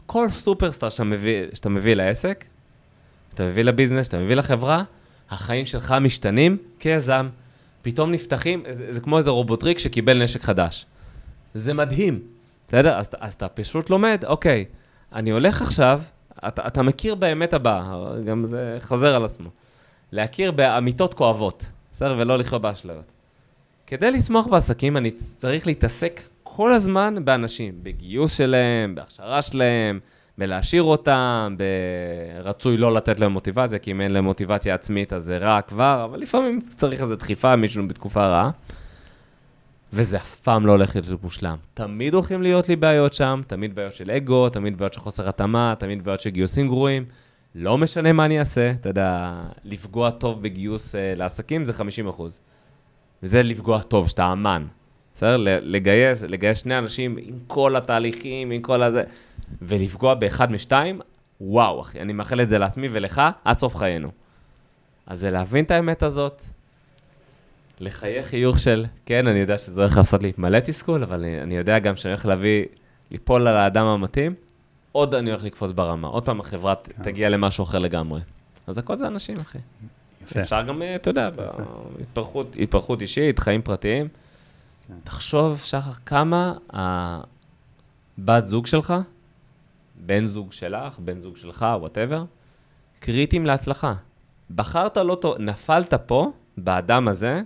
כל סופרסטאר שאתה מביא לעסק, אתה מביא לביזנס, אתה מביא לחברה, החיים שלך משתנים כיזם, פתאום נפתחים, זה כמו איזה רובוטריק שקיבל נשק חדש. זה מדהים, בסדר? אז אתה פשוט לומד, אוקיי, אני הולך עכשיו, אתה מכיר באמת הבא, גם זה חוזר על עצמו, להכיר באמיתות כואבות, בסדר? ולא לחיות באשליות. כדי לצמוח בעסקים, אני צריך להתעסק כל הזמן באנשים, בגיוס שלהם, בהכשרה שלהם, בלהשאיר אותם, ברצוי לא לתת להם מוטיבציה, כי אם אין להם מוטיבציה עצמית, אז זה רע כבר, אבל לפעמים צריך איזו דחיפה, מישהו בתקופה רעה, וזה אף פעם לא הולך להיות מושלם. תמיד הולכים להיות לי בעיות שם, תמיד בעיות של אגו, תמיד בעיות של חוסר התאמה, תמיד בעיות של גיוסים גרועים, לא משנה מה אני אעשה, אתה יודע, לפגוע טוב בגיוס לעסקים זה 50%. וזה לפגוע טוב, שאתה אמן. בסדר? לגייס שני אנשים עם כל התהליכים, עם כל הזה, ולפגוע באחד משתיים, וואו, אחי, אני מאחל את זה לעצמי ולך, עד סוף חיינו. אז זה להבין את האמת הזאת, לחייך חיוך של, כן, אני יודע שזה הולך לעשות לי מלא תסכול, אבל אני יודע גם שאני הולך ליפול על האדם המתאים, עוד אני הולך לקפוץ ברמה, עוד פעם החברה תגיע למשהו אחר לגמרי. אז הכל זה אנשים, אחי. יפה. אפשר גם, אתה יודע, התפרחות אישית, חיים פרטיים. תחשוב, שחר, כמה הבת זוג שלך, בן זוג שלך, בן זוג שלך, whatever, קריטיים להצלחה. בחרת לא טוב, נפלת פה, באדם הזה,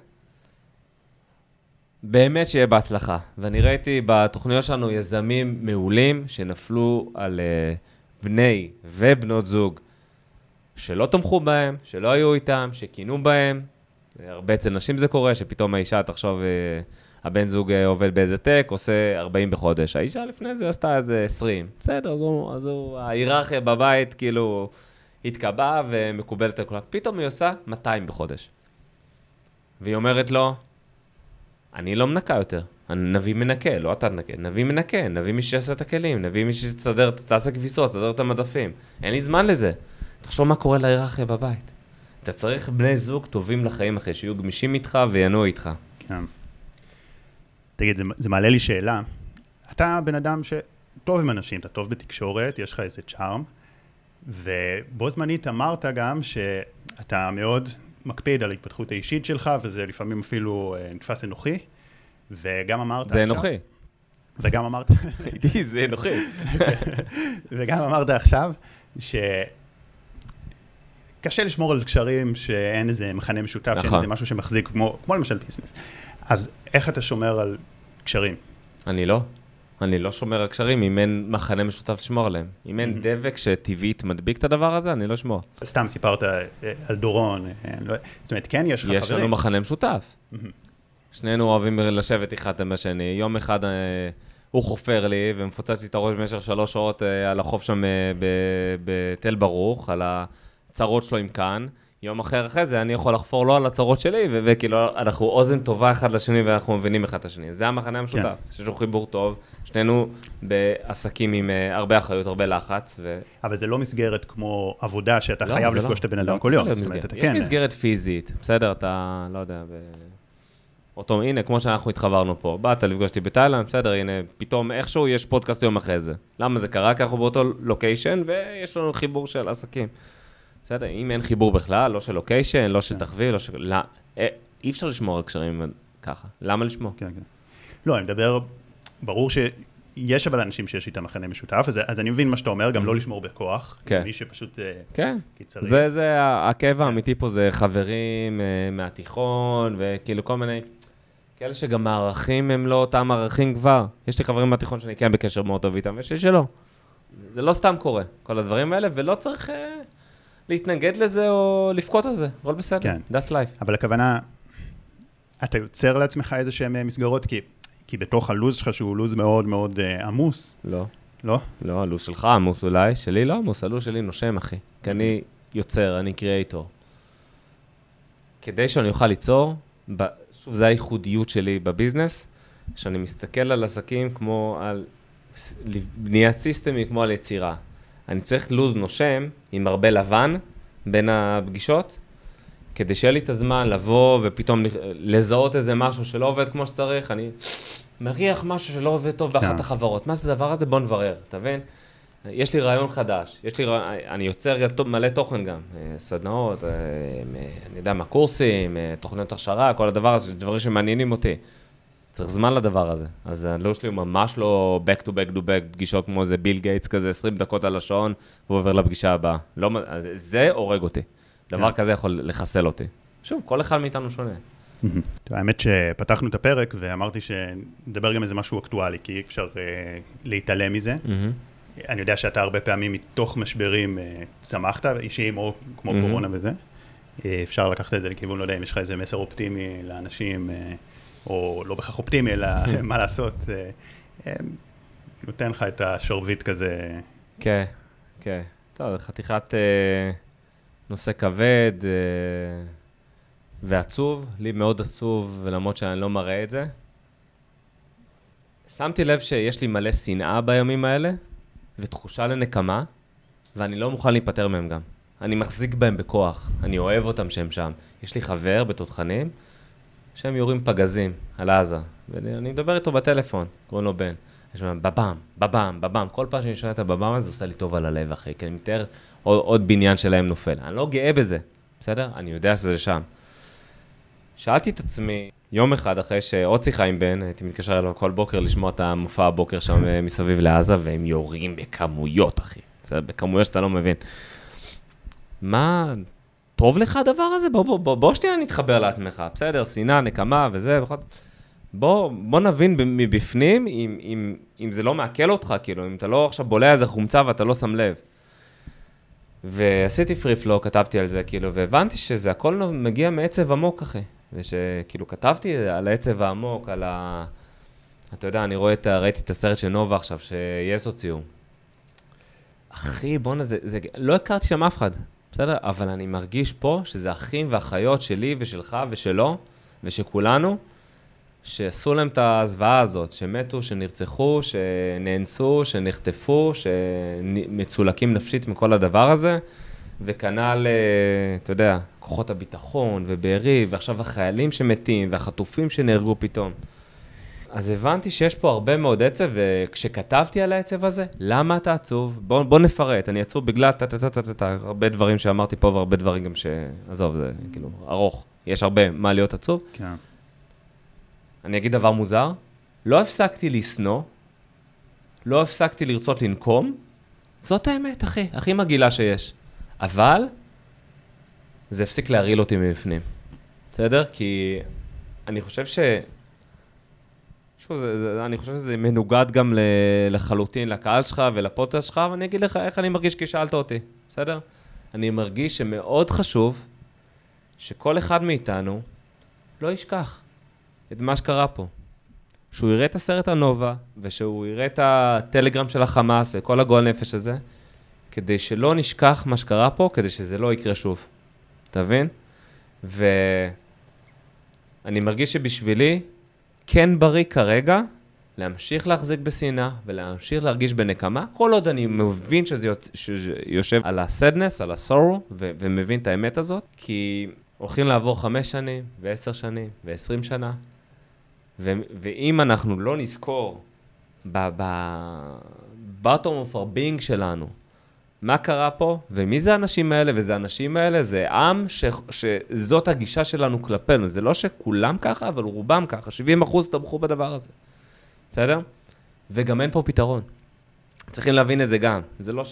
באמת שיהיה בהצלחה. ואני ראיתי בתוכניות שלנו יזמים מעולים שנפלו על בני ובנות זוג שלא תמכו בהם, שלא היו איתם, שכינו בהם. הרבה אצל נשים זה קורה, שפתאום האישה תחשוב, הבן זוג עובד באיזה טק, עושה 40 בחודש. האישה לפני זה עשתה איזה 20. בסדר, אז ההיררכיה בבית כאילו התקבעה ומקובלת על כולם. פתאום היא עושה 200 בחודש. והיא אומרת לו, אני לא מנקה יותר. נביא מנקה, לא אתה תנקה. נביא מנקה, נביא מי שיעשה את הכלים, נביא מי שתסדר, תעשה כביסות, תסדר את המדפים. אין לי זמן לזה. תחשוב מה קורה להיררכיה בבית. אתה צריך בני זוג טובים לחיים אחרי, שיהיו גמישים איתך וינועו איתך. כן. תגיד, זה מעלה לי שאלה. אתה בן אדם שטוב עם אנשים, אתה טוב בתקשורת, יש לך איזה צ'ארם, ובו זמנית אמרת גם שאתה מאוד מקפיד על ההתפתחות האישית שלך, וזה לפעמים אפילו נתפס אנוכי, וגם אמרת... זה אנוכי. וגם אמרת... איתי, זה אנוכי. וגם אמרת עכשיו קשה לשמור על קשרים שאין איזה מכנה משותף, שאין איזה משהו שמחזיק כמו למשל ביזנס. אז איך אתה שומר על קשרים? אני לא שומר על קשרים אם אין מכנה משותף לשמור עליהם. אם אין דבק שטבעית מדביק את הדבר הזה, אני לא אשמור. סתם סיפרת על דורון, זאת אומרת, כן, יש לך חברים. יש לנו מכנה משותף. שנינו אוהבים לשבת אחד עם השני. יום אחד הוא חופר לי ומפוצץ לי את הראש במשך 3 שעות על החוף שם בתל ברוך, על הצרות שלו עם כאן. יום אחרי זה אני יכול לחפור לו על הצרות שלי, וכאילו אנחנו אוזן טובה אחד לשני ואנחנו מבינים אחד את השני. זה המחנה המשותף, שיש לו חיבור טוב, שנינו בעסקים עם הרבה אחריות, הרבה לחץ. אבל זה לא מסגרת כמו עבודה שאתה חייב לפגוש את הבן אדם כל יום. יש מסגרת פיזית, בסדר, אתה לא יודע, הנה, כמו שאנחנו התחברנו פה, באת לפגוש אותי בתאילנד, בסדר, הנה, פתאום איכשהו יש פודקאסט יום אחרי זה. למה זה קרה? כי אנחנו באותו לוקיישן ויש לנו חיבור של עסקים. בסדר, אם אין חיבור בכלל, לא של לוקיישן, לא של תחביב, לא של... אי אפשר לשמור על קשרים ככה. למה לשמור? כן, כן. לא, אני מדבר, ברור שיש אבל אנשים שיש איתם מכנה משותף, אז אני מבין מה שאתה אומר, גם לא לשמור בכוח, מי שפשוט קיצרי. זה הכאב האמיתי פה, זה חברים מהתיכון, וכאילו כל מיני, כאלה שגם הערכים הם לא אותם ערכים כבר. יש לי חברים מהתיכון שאני כן בקשר מאוד טוב איתם, ויש לי שלא. זה לא סתם קורה, כל הדברים האלה, ולא צריך... להתנגד לזה או לפקוט על זה, הכל בסדר, כן. That's life. אבל הכוונה, אתה יוצר לעצמך איזה שהן מסגרות, כי בתוך הלוז שלך שהוא לוז מאוד מאוד עמוס. לא. לא? לא, הלוז שלך עמוס אולי, שלי לא עמוס, הלוז שלי נושם, אחי. כי אני יוצר, אני קריאייטור. כדי שאני אוכל ליצור, שוב, זה הייחודיות שלי בביזנס, שאני מסתכל על עסקים כמו על בניית סיסטמי, כמו על יצירה. אני צריך לוז נושם עם הרבה לבן בין הפגישות, כדי שיהיה לי את הזמן לבוא ופתאום לזהות איזה משהו שלא עובד כמו שצריך. אני מריח משהו שלא עובד טוב באחת החברות. מה זה הדבר הזה? בוא נברר, אתה מבין? יש לי רעיון חדש, אני יוצר מלא תוכן גם, סדנאות, אני יודע מה, קורסים, תוכניות הכשרה, כל הדבר הזה, דברים שמעניינים אותי. צריך זמן לדבר הזה. אז הלו"ז שלי הוא ממש לא back to back to back, פגישות כמו זה ביל גייטס כזה, 20 דקות על השעון, והוא עובר לפגישה הבאה. זה הורג אותי. דבר כזה יכול לחסל אותי. שוב, כל אחד מאיתנו שונה. האמת שפתחנו את הפרק ואמרתי שנדבר גם איזה משהו אקטואלי, כי אי אפשר להתעלם מזה. אני יודע שאתה הרבה פעמים מתוך משברים צמחת, אישיים או כמו קורונה וזה. אפשר לקחת את זה לכיוון, לא יודע אם יש לך איזה מסר אופטימי לאנשים, או לא בכך אופטימי, אלא מה לעשות. נותן לך את השרביט כזה. כן, כן. טוב, חתיכת נושא כבד ועצוב, לי מאוד עצוב, ולמרות שאני לא מראה את זה. שמתי לב שיש לי מלא שנאה בימים האלה, ותחושה לנקמה, ואני לא מוכן להיפטר מהם גם. אני מחזיק בהם בכוח, אני אוהב אותם שהם שם. יש לי חבר בתותחנים, שהם יורים פגזים על עזה, ואני מדבר איתו בטלפון, קוראים לו בן. יש להם בבם, בבם, בבם, כל פעם שאני שומע את הבבם הזה, זה עושה לי טוב על הלב, אחי, כי אני מתאר עוד בניין שלהם נופל. אני לא גאה בזה, בסדר? אני יודע שזה שם. שאלתי את עצמי, יום אחד אחרי שעוד שיחה עם בן, הייתי מתקשר אליו כל בוקר לשמוע את המופע הבוקר שם מסביב לעזה, והם יורים בכמויות, אחי. בסדר? בכמויות שאתה לא מבין. מה... טוב לך הדבר הזה? בוא שנייה נתחבר לעצמך, בסדר, שנאה, נקמה וזה, בוא נבין מבפנים אם זה לא מעכל אותך, כאילו, אם אתה לא עכשיו בולע איזה חומצה ואתה לא שם לב. ועשיתי פריפלו, כתבתי על זה, כאילו, והבנתי שזה הכל מגיע מעצב עמוק, אחי. ושכאילו כתבתי על העצב העמוק, על ה... אתה יודע, אני ראיתי את הסרט של נובה עכשיו, שיש הוציאו. אחי, בוא'נה, לא הכרתי שם אף אחד. בסדר? אבל אני מרגיש פה שזה אחים ואחיות שלי ושלך ושלו ושכולנו, שעשו להם את הזוועה הזאת, שמתו, שנרצחו, שנאנסו, שנחטפו, שמצולקים נפשית מכל הדבר הזה, וכנ"ל, אתה יודע, כוחות הביטחון ובארי, ועכשיו החיילים שמתים והחטופים שנהרגו פתאום. אז הבנתי שיש פה הרבה מאוד עצב, וכשכתבתי על העצב הזה, למה אתה עצוב? בוא נפרט, אני עצוב בגלל הרבה דברים שאמרתי פה, והרבה דברים גם עזוב, זה כאילו ארוך, יש הרבה מה להיות עצוב. כן. אני אגיד דבר מוזר, לא הפסקתי לשנוא, לא הפסקתי לרצות לנקום, זאת האמת, אחי, הכי מגעילה שיש. אבל, זה הפסיק להרעיל אותי מבפנים. בסדר? כי אני חושב אני חושב שזה מנוגד גם לחלוטין לקהל שלך ולפודקאסט שלך, ואני אגיד לך איך אני מרגיש כשאלת אותי, בסדר? אני מרגיש שמאוד חשוב שכל אחד מאיתנו לא ישכח את מה שקרה פה. שהוא יראה את הסרט הנובה, ושהוא יראה את הטלגרם של החמאס וכל הגועל נפש הזה, כדי שלא נשכח מה שקרה פה, כדי שזה לא יקרה שוב. תבין? ואני מרגיש שבשבילי, כן בריא כרגע, להמשיך להחזיק בשנאה ולהמשיך להרגיש בנקמה, כל עוד אני מבין שזה יושב על הסדנס, על הסורו, ומבין את האמת הזאת, כי הולכים לעבור 5 שנים, ו10 שנים, ו20 שנה, ואם אנחנו לא נזכור ב-bottom of our being שלנו, מה קרה פה, ומי זה האנשים האלה, וזה האנשים האלה, זה עם שזאת הגישה שלנו כלפינו, זה לא שכולם ככה, אבל רובם ככה, 70% תמכו בדבר הזה, בסדר? וגם אין פה פתרון. צריכים להבין את זה גם, זה לא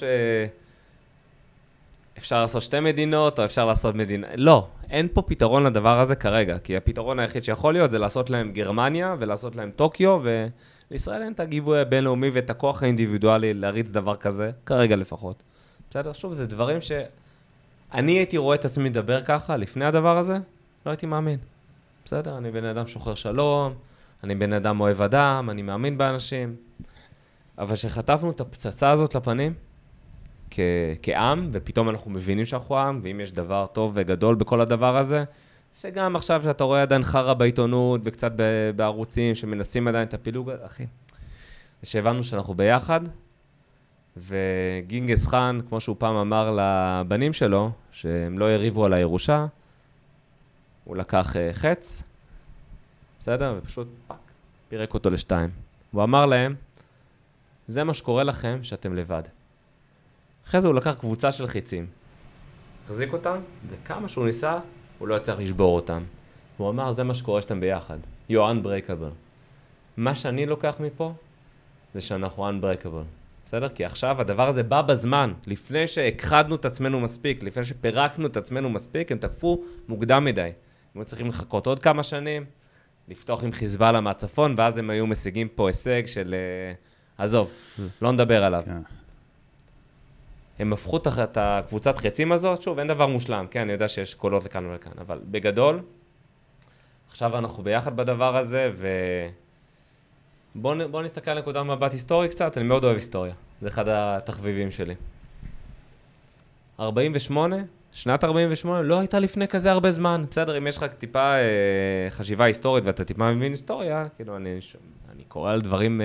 אפשר לעשות 2 מדינות, או אפשר לעשות מדינה, לא, אין פה פתרון לדבר הזה כרגע, כי הפתרון היחיד שיכול להיות זה לעשות להם גרמניה, ולעשות להם טוקיו, ולישראל אין את הגיבוי הבינלאומי ואת הכוח האינדיבידואלי להריץ דבר כזה, כרגע לפחות. בסדר? שוב, זה דברים שאני הייתי רואה את עצמי לדבר ככה, לפני הדבר הזה, לא הייתי מאמין. בסדר? אני בן אדם שוחר שלום, אני בן אדם אוהב אדם, אני מאמין באנשים, אבל שחטפנו את הפצצה הזאת לפנים, כעם, ופתאום אנחנו מבינים שאנחנו עם, ואם יש דבר טוב וגדול בכל הדבר הזה, שגם עכשיו שאתה רואה עדיין חרה בעיתונות, וקצת בערוצים שמנסים עדיין את הפילוג, אחי, שהבנו שאנחנו ביחד, וגינגס חאן, כמו שהוא פעם אמר לבנים שלו, שהם לא יריבו על הירושה, הוא לקח חץ, בסדר? ופשוט פק, פירק אותו ל2. הוא אמר להם, זה מה שקורה לכם שאתם לבד. אחרי זה הוא לקח קבוצה של חיצים, החזיק אותם, וכמה שהוא ניסה, הוא לא יצטרך לשבור אותם. הוא אמר, זה מה שקורה שאתם ביחד. You're unbreakable. מה שאני לוקח מפה, זה שאנחנו unbreakable. בסדר? כי עכשיו הדבר הזה בא בזמן, לפני שהכחדנו את עצמנו מספיק, לפני שפירקנו את עצמנו מספיק, הם תקפו מוקדם מדי. הם צריכים לחכות עוד כמה שנים, לפתוח עם חיזבאללה מהצפון, ואז הם היו משיגים פה הישג של... עזוב, לא נדבר עליו. הם הפכו את הקבוצת חצים הזאת, שוב, אין דבר מושלם, כן, אני יודע שיש קולות לכאן ולכאן, אבל בגדול, עכשיו אנחנו ביחד בדבר הזה, בואו נסתכל על נקודה מבט היסטורי קצת, אני מאוד אוהב היסטוריה, זה אחד התחביבים שלי. 48, שנת 48, לא הייתה לפני כזה הרבה זמן, בסדר, אם יש לך טיפה חשיבה היסטורית ואתה טיפה מבין היסטוריה, כאילו אני קורא על דברים...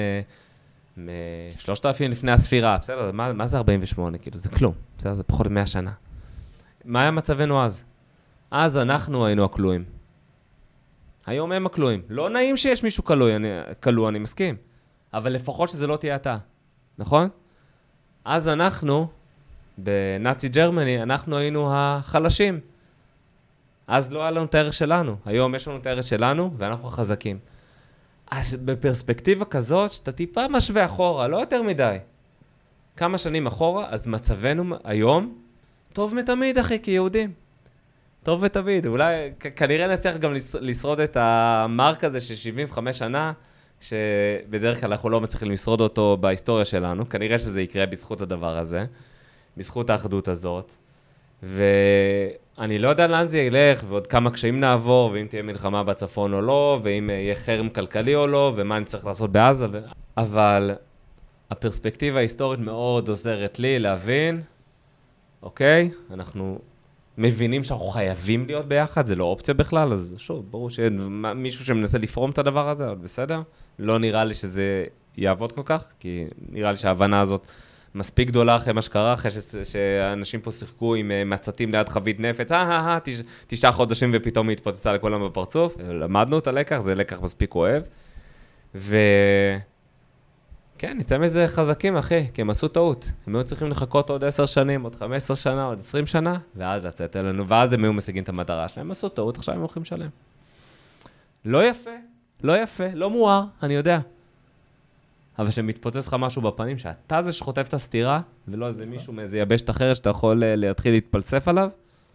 3,000 לפני הספירה, בסדר, מה זה 48? כאילו, זה כלום, בסדר, זה פחות 100 שנה. מה היה מצבנו אז? אז אנחנו היינו הכלואים. היום הם הכלואים. לא נעים שיש מישהו כלוא, אני מסכים. אבל לפחות שזה לא תהיה אתה, נכון? אז אנחנו, בנאצי ג'רמני, אנחנו היינו החלשים. אז לא היה לנו את הערך שלנו. היום יש לנו את הערך שלנו, ואנחנו החזקים. אז בפרספקטיבה כזאת, שאתה טיפה משווה אחורה, לא יותר מדי. כמה שנים אחורה, אז מצבנו היום טוב מתמיד, אחי, כיהודים. טוב ותמיד. אולי, כנראה נצליח גם לשרוד את המרק הזה של 75 שנה, שבדרך כלל אנחנו לא מצליחים לשרוד אותו בהיסטוריה שלנו. כנראה שזה יקרה בזכות הדבר הזה, בזכות האחדות הזאת. ואני לא יודע לאן זה ילך, ועוד כמה קשיים נעבור, ואם תהיה מלחמה בצפון או לא, ואם יהיה חרם כלכלי או לא, ומה אני צריך לעשות בעזה. אבל הפרספקטיבה ההיסטורית מאוד עוזרת לי להבין, אוקיי, אנחנו מבינים שאנחנו חייבים להיות ביחד, זה לא אופציה בכלל, אז שוב, ברור שמישהו שמנסה לפרום את הדבר הזה, אבל בסדר, לא נראה לי שזה יעבוד כל כך, כי נראה לי שההבנה הזאת מספיק גדולה אחרי מה שקרה, אחרי שאנשים פה שיחקו עם מצתים ליד חבית נפץ, 9 חודשים ופתאום היא התפוצצה לכולם בפרצוף, למדנו את הלקח, זה לקח מספיק אוהב, כן, נצא מזה חזקים, אחי, כי הם עשו טעות. הם היו צריכים לחכות עוד 10 שנים, עוד 15 שנה, עוד 20 שנה, ואז לצאת אלינו, ואז הם היו משיגים את המטרה שלהם. הם עשו טעות, עכשיו הם הולכים לשלם. לא יפה, לא יפה, לא מואר, אני יודע. אבל שמתפוצץ לך משהו בפנים, שאתה זה שחוטף את הסתירה, ולא איזה מישהו מאיזה יבשת אחרת שאתה יכול להתחיל להתפלסף עליו,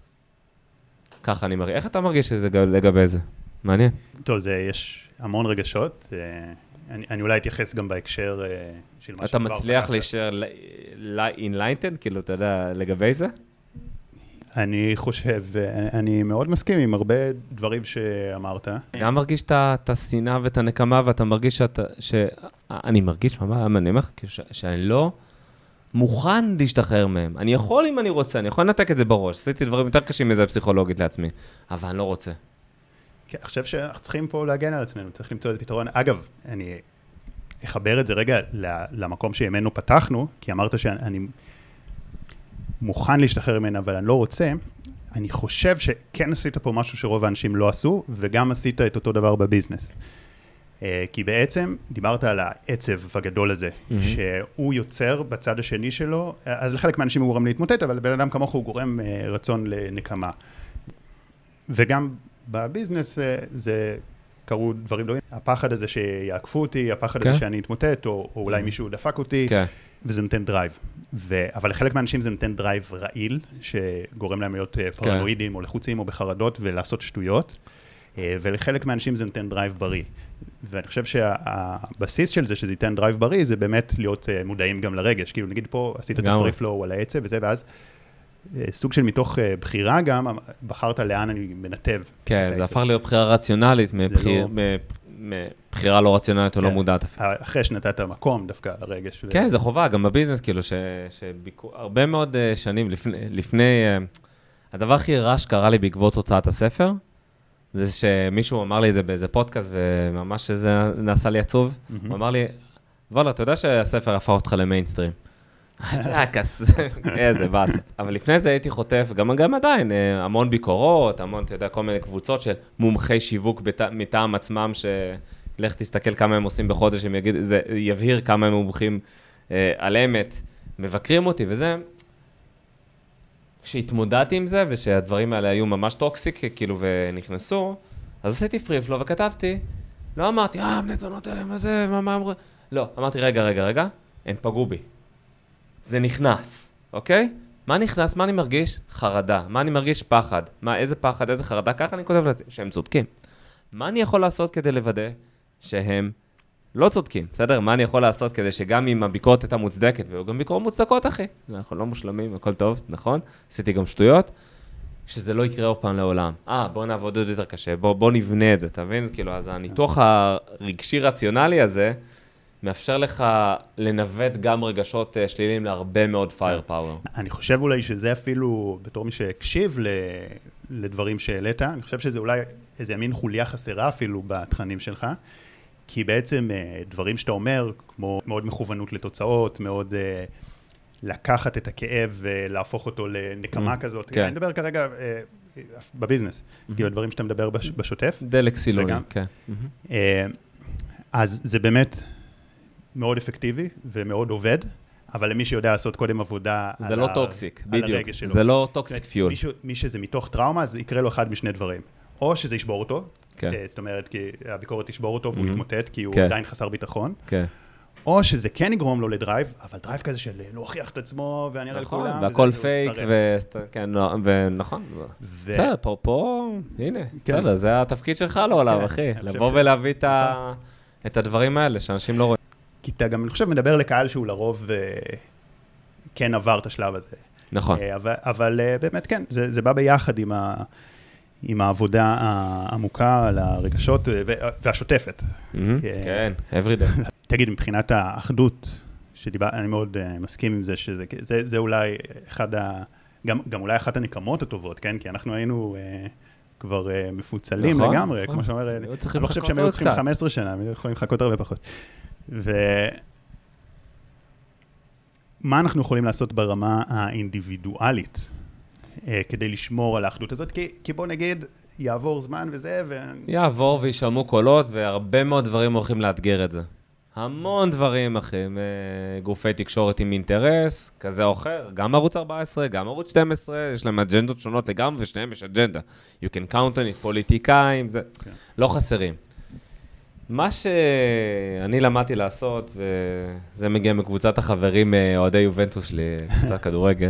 ככה אני מרגיש. איך אתה מרגיש לגבי זה? מעניין. טוב, יש המון רגשות. אני אולי אתייחס גם בהקשר של מה אתה מצליח להישאר enlightened, כאילו, אתה יודע, לגבי זה? אני חושב, אני מאוד מסכים עם הרבה דברים שאמרת. גם מרגיש את השנאה ואת הנקמה, ואתה מרגיש אני מרגיש, אני אומר, שאני לא מוכן להשתחרר מהם. אני יכול אם אני רוצה, אני יכול לנתק את זה בראש. עשיתי דברים יותר קשים מזה פסיכולוגית לעצמי, אבל אני לא רוצה. אני חושב שאנחנו צריכים פה להגן על עצמנו, צריך למצוא איזה פתרון. אגב, אני אחבר את זה רגע למקום שימנו פתחנו, כי אמרת שאני מוכן להשתחרר ממנה, אבל אני לא רוצה. אני חושב שכן עשית פה משהו שרוב האנשים לא עשו, וגם עשית את אותו דבר בביזנס. כי בעצם דיברת על העצב הגדול הזה, שהוא יוצר בצד השני שלו, אז לחלק מהאנשים הוא גורם להתמוטט, אבל בן אדם כמוך הוא גורם רצון לנקמה. וגם בביזנס זה קרו דברים לא... הפחד הזה שיעקפו אותי, הפחד הזה שאני אתמוטט, או אולי מישהו דפק אותי, וזה נותן דרייב. אבל לחלק מהאנשים זה נותן דרייב רעיל, שגורם להם להיות פרנואידים, או לחוצים, או בחרדות, ולעשות שטויות. ולחלק מהאנשים זה נותן דרייב בריא. ואני חושב שהבסיס של זה, שזה ייתן דרייב בריא, זה באמת להיות מודעים גם לרגש. כאילו נגיד פה עשית את הפרי פלואו על העצב וזה, ואז סוג של מתוך בחירה גם, בחרת לאן אני מנתב. כן, זה הפך להיות בחירה רציונלית, מבחירה לא רציונלית או לא מודעת. אחרי שנתת מקום דווקא לרגש. כן, זה חובה, גם בביזנס, כאילו, שהרבה מאוד שנים לפני, הדבר הכי רע שקרה לי בעקבות הוצאת הספר, זה שמישהו אמר לי את זה באיזה פודקאסט, וממש זה נעשה לי עצוב. הוא אמר לי, וואלה, אתה יודע שהספר הפך אותך למיינסטרים. איזה באס. אבל לפני זה הייתי חוטף, גם עדיין, המון ביקורות, המון, אתה יודע, כל מיני קבוצות של מומחי שיווק מטעם עצמם, שלך תסתכל כמה הם עושים בחודש, זה יבהיר כמה הם מומחים על אמת, מבקרים אותי וזה. כשהתמודדתי עם זה, ושהדברים האלה היו ממש טוקסיק, כאילו, ונכנסו, אז עשיתי פריפלו וכתבתי, לא אמרתי, בני זונות האלה, מה זה, מה אמרו? לא, אמרתי, רגע, הם פגעו בי. זה נכנס, אוקיי? מה נכנס? מה אני מרגיש? חרדה. מה אני מרגיש? פחד. איזה פחד, איזה חרדה? ככה אני כותב לזה, שהם צודקים. מה אני יכול לעשות כדי לוודא שהם לא צודקים, בסדר? מה אני יכול לעשות כדי שגם אם הביקורת הייתה מוצדקת, והיו גם ביקורות מוצדקות, אחי. אנחנו לא מושלמים, הכל טוב, נכון? עשיתי גם שטויות. שזה לא יקרה עוד פעם לעולם. בוא נעבוד עוד יותר קשה, בוא נבנה את זה, תבין? כאילו, אז הניתוח הרגשי-רציונלי הזה, מאפשר לך לנווט גם רגשות שליליים להרבה מאוד פייר פאוור. אני חושב אולי שזה אפילו, בתור מי שהקשיב לדברים שהעלית, אני חושב שזה אולי איזה מין חוליה חסרה אפילו בתכנים שלך, כי בעצם דברים שאתה אומר, כמו מאוד מכוונות לתוצאות, מאוד לקחת את הכאב ולהפוך אותו לנקמה כזאת. אני מדבר כרגע בביזנס, כאילו הדברים שאתה מדבר בשוטף. דלק סילוי, כן. אז זה באמת מאוד אפקטיבי ומאוד עובד, אבל למי שיודע לעשות קודם עבודה זה לא טוקסיק, בדיוק. זה לא טוקסיק פיול. מי שזה מתוך טראומה, אז יקרה לו אחד משני דברים. או שזה ישבור אותו, זאת אומרת, כי הביקורת תשבור אותו והוא יתמוטט, כי הוא עדיין חסר ביטחון. או שזה כן יגרום לו לדרייב, אבל דרייב כזה של להוכיח את עצמו, ואני אראה לכולם. נכון, והכל פייק, ונכון. בסדר, פה, הנה, בסדר, זה התפקיד שלך לעולם, אחי. לבוא ולהביא את הדברים האלה, שאנשים לא רואים. כי אתה גם, אני חושב, מדבר לקהל שהוא לרוב כן עבר את השלב הזה. נכון. אבל באמת כן, זה בא ביחד עם העבודה העמוקה על הרגשות והשוטפת. כן, every day. תגיד, מבחינת האחדות, אני מאוד מסכים עם זה, שזה אולי גם אולי אחת הנקמות הטובות, כן? כי אנחנו היינו כבר מפוצלים לגמרי, כמו שאומר, אני לא חושב שהם היו צריכים 15 שנה, הם יכולים לחכות הרבה פחות. מה אנחנו יכולים לעשות ברמה האינדיבידואלית, כדי לשמור על האחדות הזאת? כי בוא נגיד, יעבור זמן וזה, יעבור וישמעו קולות, והרבה מאוד דברים הולכים לאתגר את זה. המון דברים, אחי, גופי תקשורת עם אינטרס, כזה או אחר, גם ערוץ 14, גם ערוץ 12, יש להם אג'נדות שונות לגמרי, ושניהם יש אג'נדה. You can count on it, פוליטיקאים, זה לא חסרים. מה שאני למדתי לעשות, וזה מגיע מקבוצת החברים, אוהדי יובנטוס שלי, קבוצת כדורגל,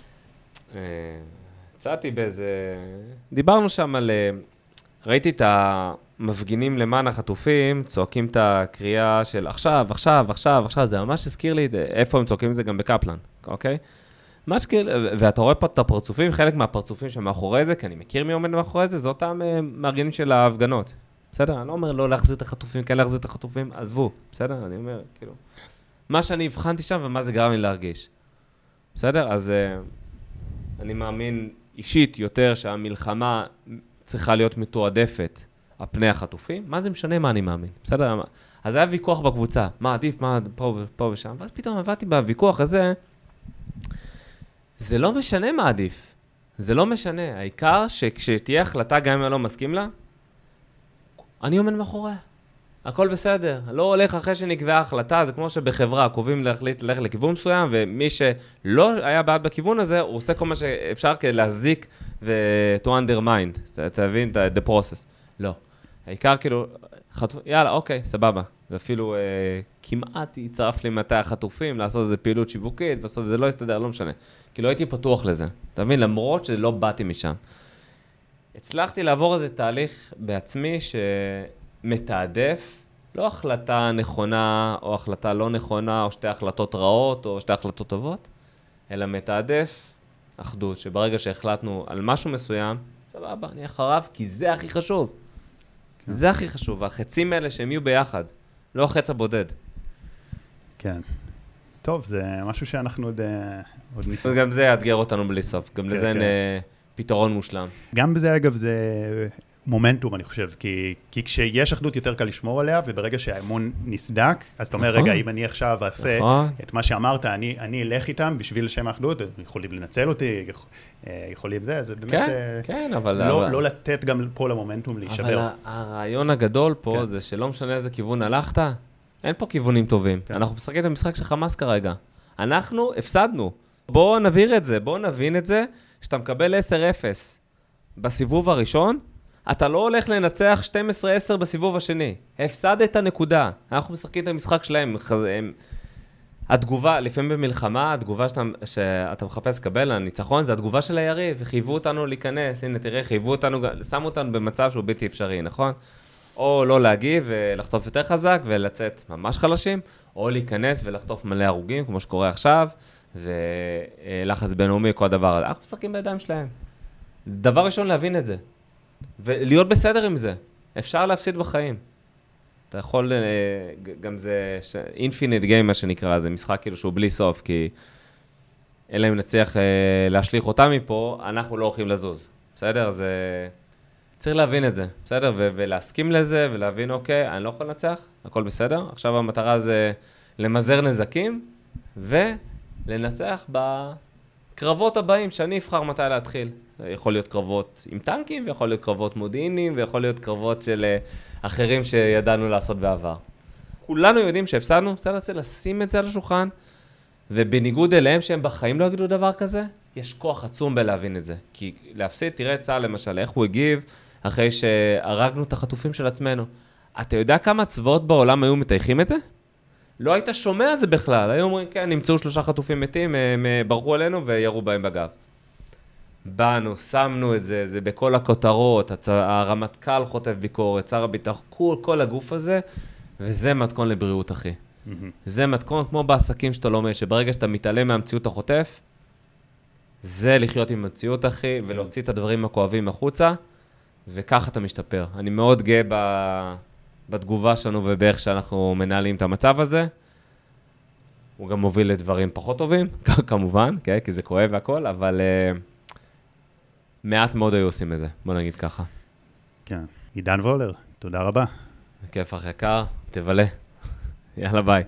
הצעתי באיזה, דיברנו שם על, ראיתי את המפגינים למען החטופים, צועקים את הקריאה של עכשיו, זה ממש הזכיר לי איפה הם צועקים את זה גם בקפלן, אוקיי? ואתה רואה פה את הפרצופים, חלק מהפרצופים שמאחורי זה, כי אני מכיר מי עומד מאחורי זה, זה אותם מארגנים של ההפגנות. בסדר? אני לא אומר לא להחזיר את החטופים, כן להחזיר את החטופים, עזבו, בסדר? אני אומר, כאילו, מה שאני הבחנתי שם ומה זה גרם לי להרגיש. בסדר? אז אני מאמין אישית יותר שהמלחמה צריכה להיות מתועדפת על פני החטופים. מה זה משנה מה אני מאמין? בסדר? אז היה ויכוח בקבוצה, מה עדיף, מה פה ושם, ואז פתאום הבאתי בוויכוח הזה, זה לא משנה מה עדיף. זה לא משנה. העיקר שכשתהיה החלטה גם אם אני לא מסכים לה, אני עומד מאחוריה. הכל בסדר. לא הולך אחרי שנקבעה החלטה, זה כמו שבחברה קובעים להחליט ללכת לכיוון מסוים, ומי שלא היה בעד בכיוון הזה, הוא עושה כל מה שאפשר כדי להזיק to undermine, תבין the process. לא. העיקר כאילו, יאללה, אוקיי, סבבה. ואפילו כמעט יצרף לי מתי החטופים, לעשות איזו פעילות שיווקית, בסוף זה לא יסתדר, לא משנה. כי לא הייתי פתוח לזה. תבין, למרות שלא באתי משם. הצלחתי לעבור איזה תהליך בעצמי שמתעדף, לא החלטה נכונה או החלטה לא נכונה, או שתי החלטות רעות או שתי החלטות טובות, אלא מתעדף אחדות, שברגע שהחלטנו על משהו מסוים, סבבה, אני אחריו, כי זה הכי חשוב. כן. זה הכי חשוב, והחצים האלה שהם יהיו ביחד, לא החץ הבודד. כן. טוב, זה משהו שאנחנו עוד ניסו. גם זה יאתגר אותנו בלי סוף, גם לזה אין פתרון מושלם. גם בזה, אגב, זה מומנטום, אני חושב, כי כשיש אחדות יותר קל לשמור עליה, וברגע שהאמון נסדק, אז אתה אומר, רגע, אם אני עכשיו אעשה את מה שאמרת, אני אלך איתם בשביל שם האחדות, יכולים לנצל אותי, יכולים זה, זה באמת לא לתת גם פה למומנטום להישבר. אבל הרעיון הגדול פה זה שלא משנה איזה כיוון הלכת, אין פה כיוונים טובים. אנחנו משחקים את המשחק של חמאס כרגע. אנחנו הפסדנו. בואו נבהיר את זה, בואו נבין את זה, שאתה מקבל 10-0 בסיבוב הראשון, אתה לא הולך לנצח 12-10 בסיבוב השני. הפסדת נקודה. אנחנו משחקים את המשחק שלהם. התגובה, לפעמים במלחמה, התגובה שאתה מחפש לקבל, הניצחון, זה התגובה של היריב. חייבו אותנו להיכנס, הנה תראה, חייבו אותנו, שמו אותנו במצב שהוא בלתי אפשרי, נכון? או לא להגיב ולחטוף יותר חזק ולצאת ממש חלשים, או להיכנס ולחטוף מלא הרוגים, כמו שקורה עכשיו, ולחץ בינלאומי, כל הדבר הזה. אנחנו משחקים בידיים שלהם. דבר ראשון להבין את זה, ולהיות בסדר עם זה. אפשר להפסיד בחיים. אתה יכול, גם זה infinite game מה שנקרא, זה משחק כאילו שהוא בלי סוף, כי אלא אם נצליח להשליך אותם מפה, אנחנו לא הולכים לזוז. בסדר? אז צריך להבין את זה, בסדר? ולהסכים לזה, ולהבין, אוקיי, אני לא יכול לנצח, הכל בסדר. עכשיו המטרה זה למזער נזקים, ולנצח בקרבות הבאים, שאני אבחר מתי להתחיל. יכול להיות קרבות עם טנקים, ויכול להיות קרבות מודיעיניים, ויכול להיות קרבות של אחרים שידענו לעשות בעבר. כולנו יודעים שהפסדנו, בסדר, צריך לשים את זה על השולחן, ובניגוד אליהם שהם בחיים לא יגידו דבר כזה, יש כוח עצום בלהבין את זה. כי להפסיד, תראה את צה"ל למשל, איך הוא הגיב אחרי שהרגנו את החטופים של עצמנו. אתה יודע כמה צבאות בעולם היו מתייחים את זה? לא היית שומע את זה בכלל. היו אומרים, כן, נמצאו 3 חטופים מתים, הם ברחו עלינו וירו בהם בגב. באנו, שמנו את זה, זה בכל הכותרות, הרמטכ"ל חוטף ביקורת, שר הביטחון, כל הגוף הזה, וזה מתכון לבריאות, אחי. זה מתכון כמו בעסקים שאתה לומד, שברגע שאתה מתעלם מהמציאות החוטף, זה לחיות עם המציאות, אחי, ולהוציא את הדברים הכואבים החוצה, וככה אתה משתפר. אני מאוד גאה בתגובה שלנו ובאיך שאנחנו מנהלים את המצב הזה. הוא גם מוביל לדברים פחות טובים, כמובן, כי זה כואב והכל, אבל מעט מאוד היו עושים את זה, בוא נגיד ככה. כן. עידן וולר, תודה רבה. כיף אחר יקר, תבלה. יאללה ביי.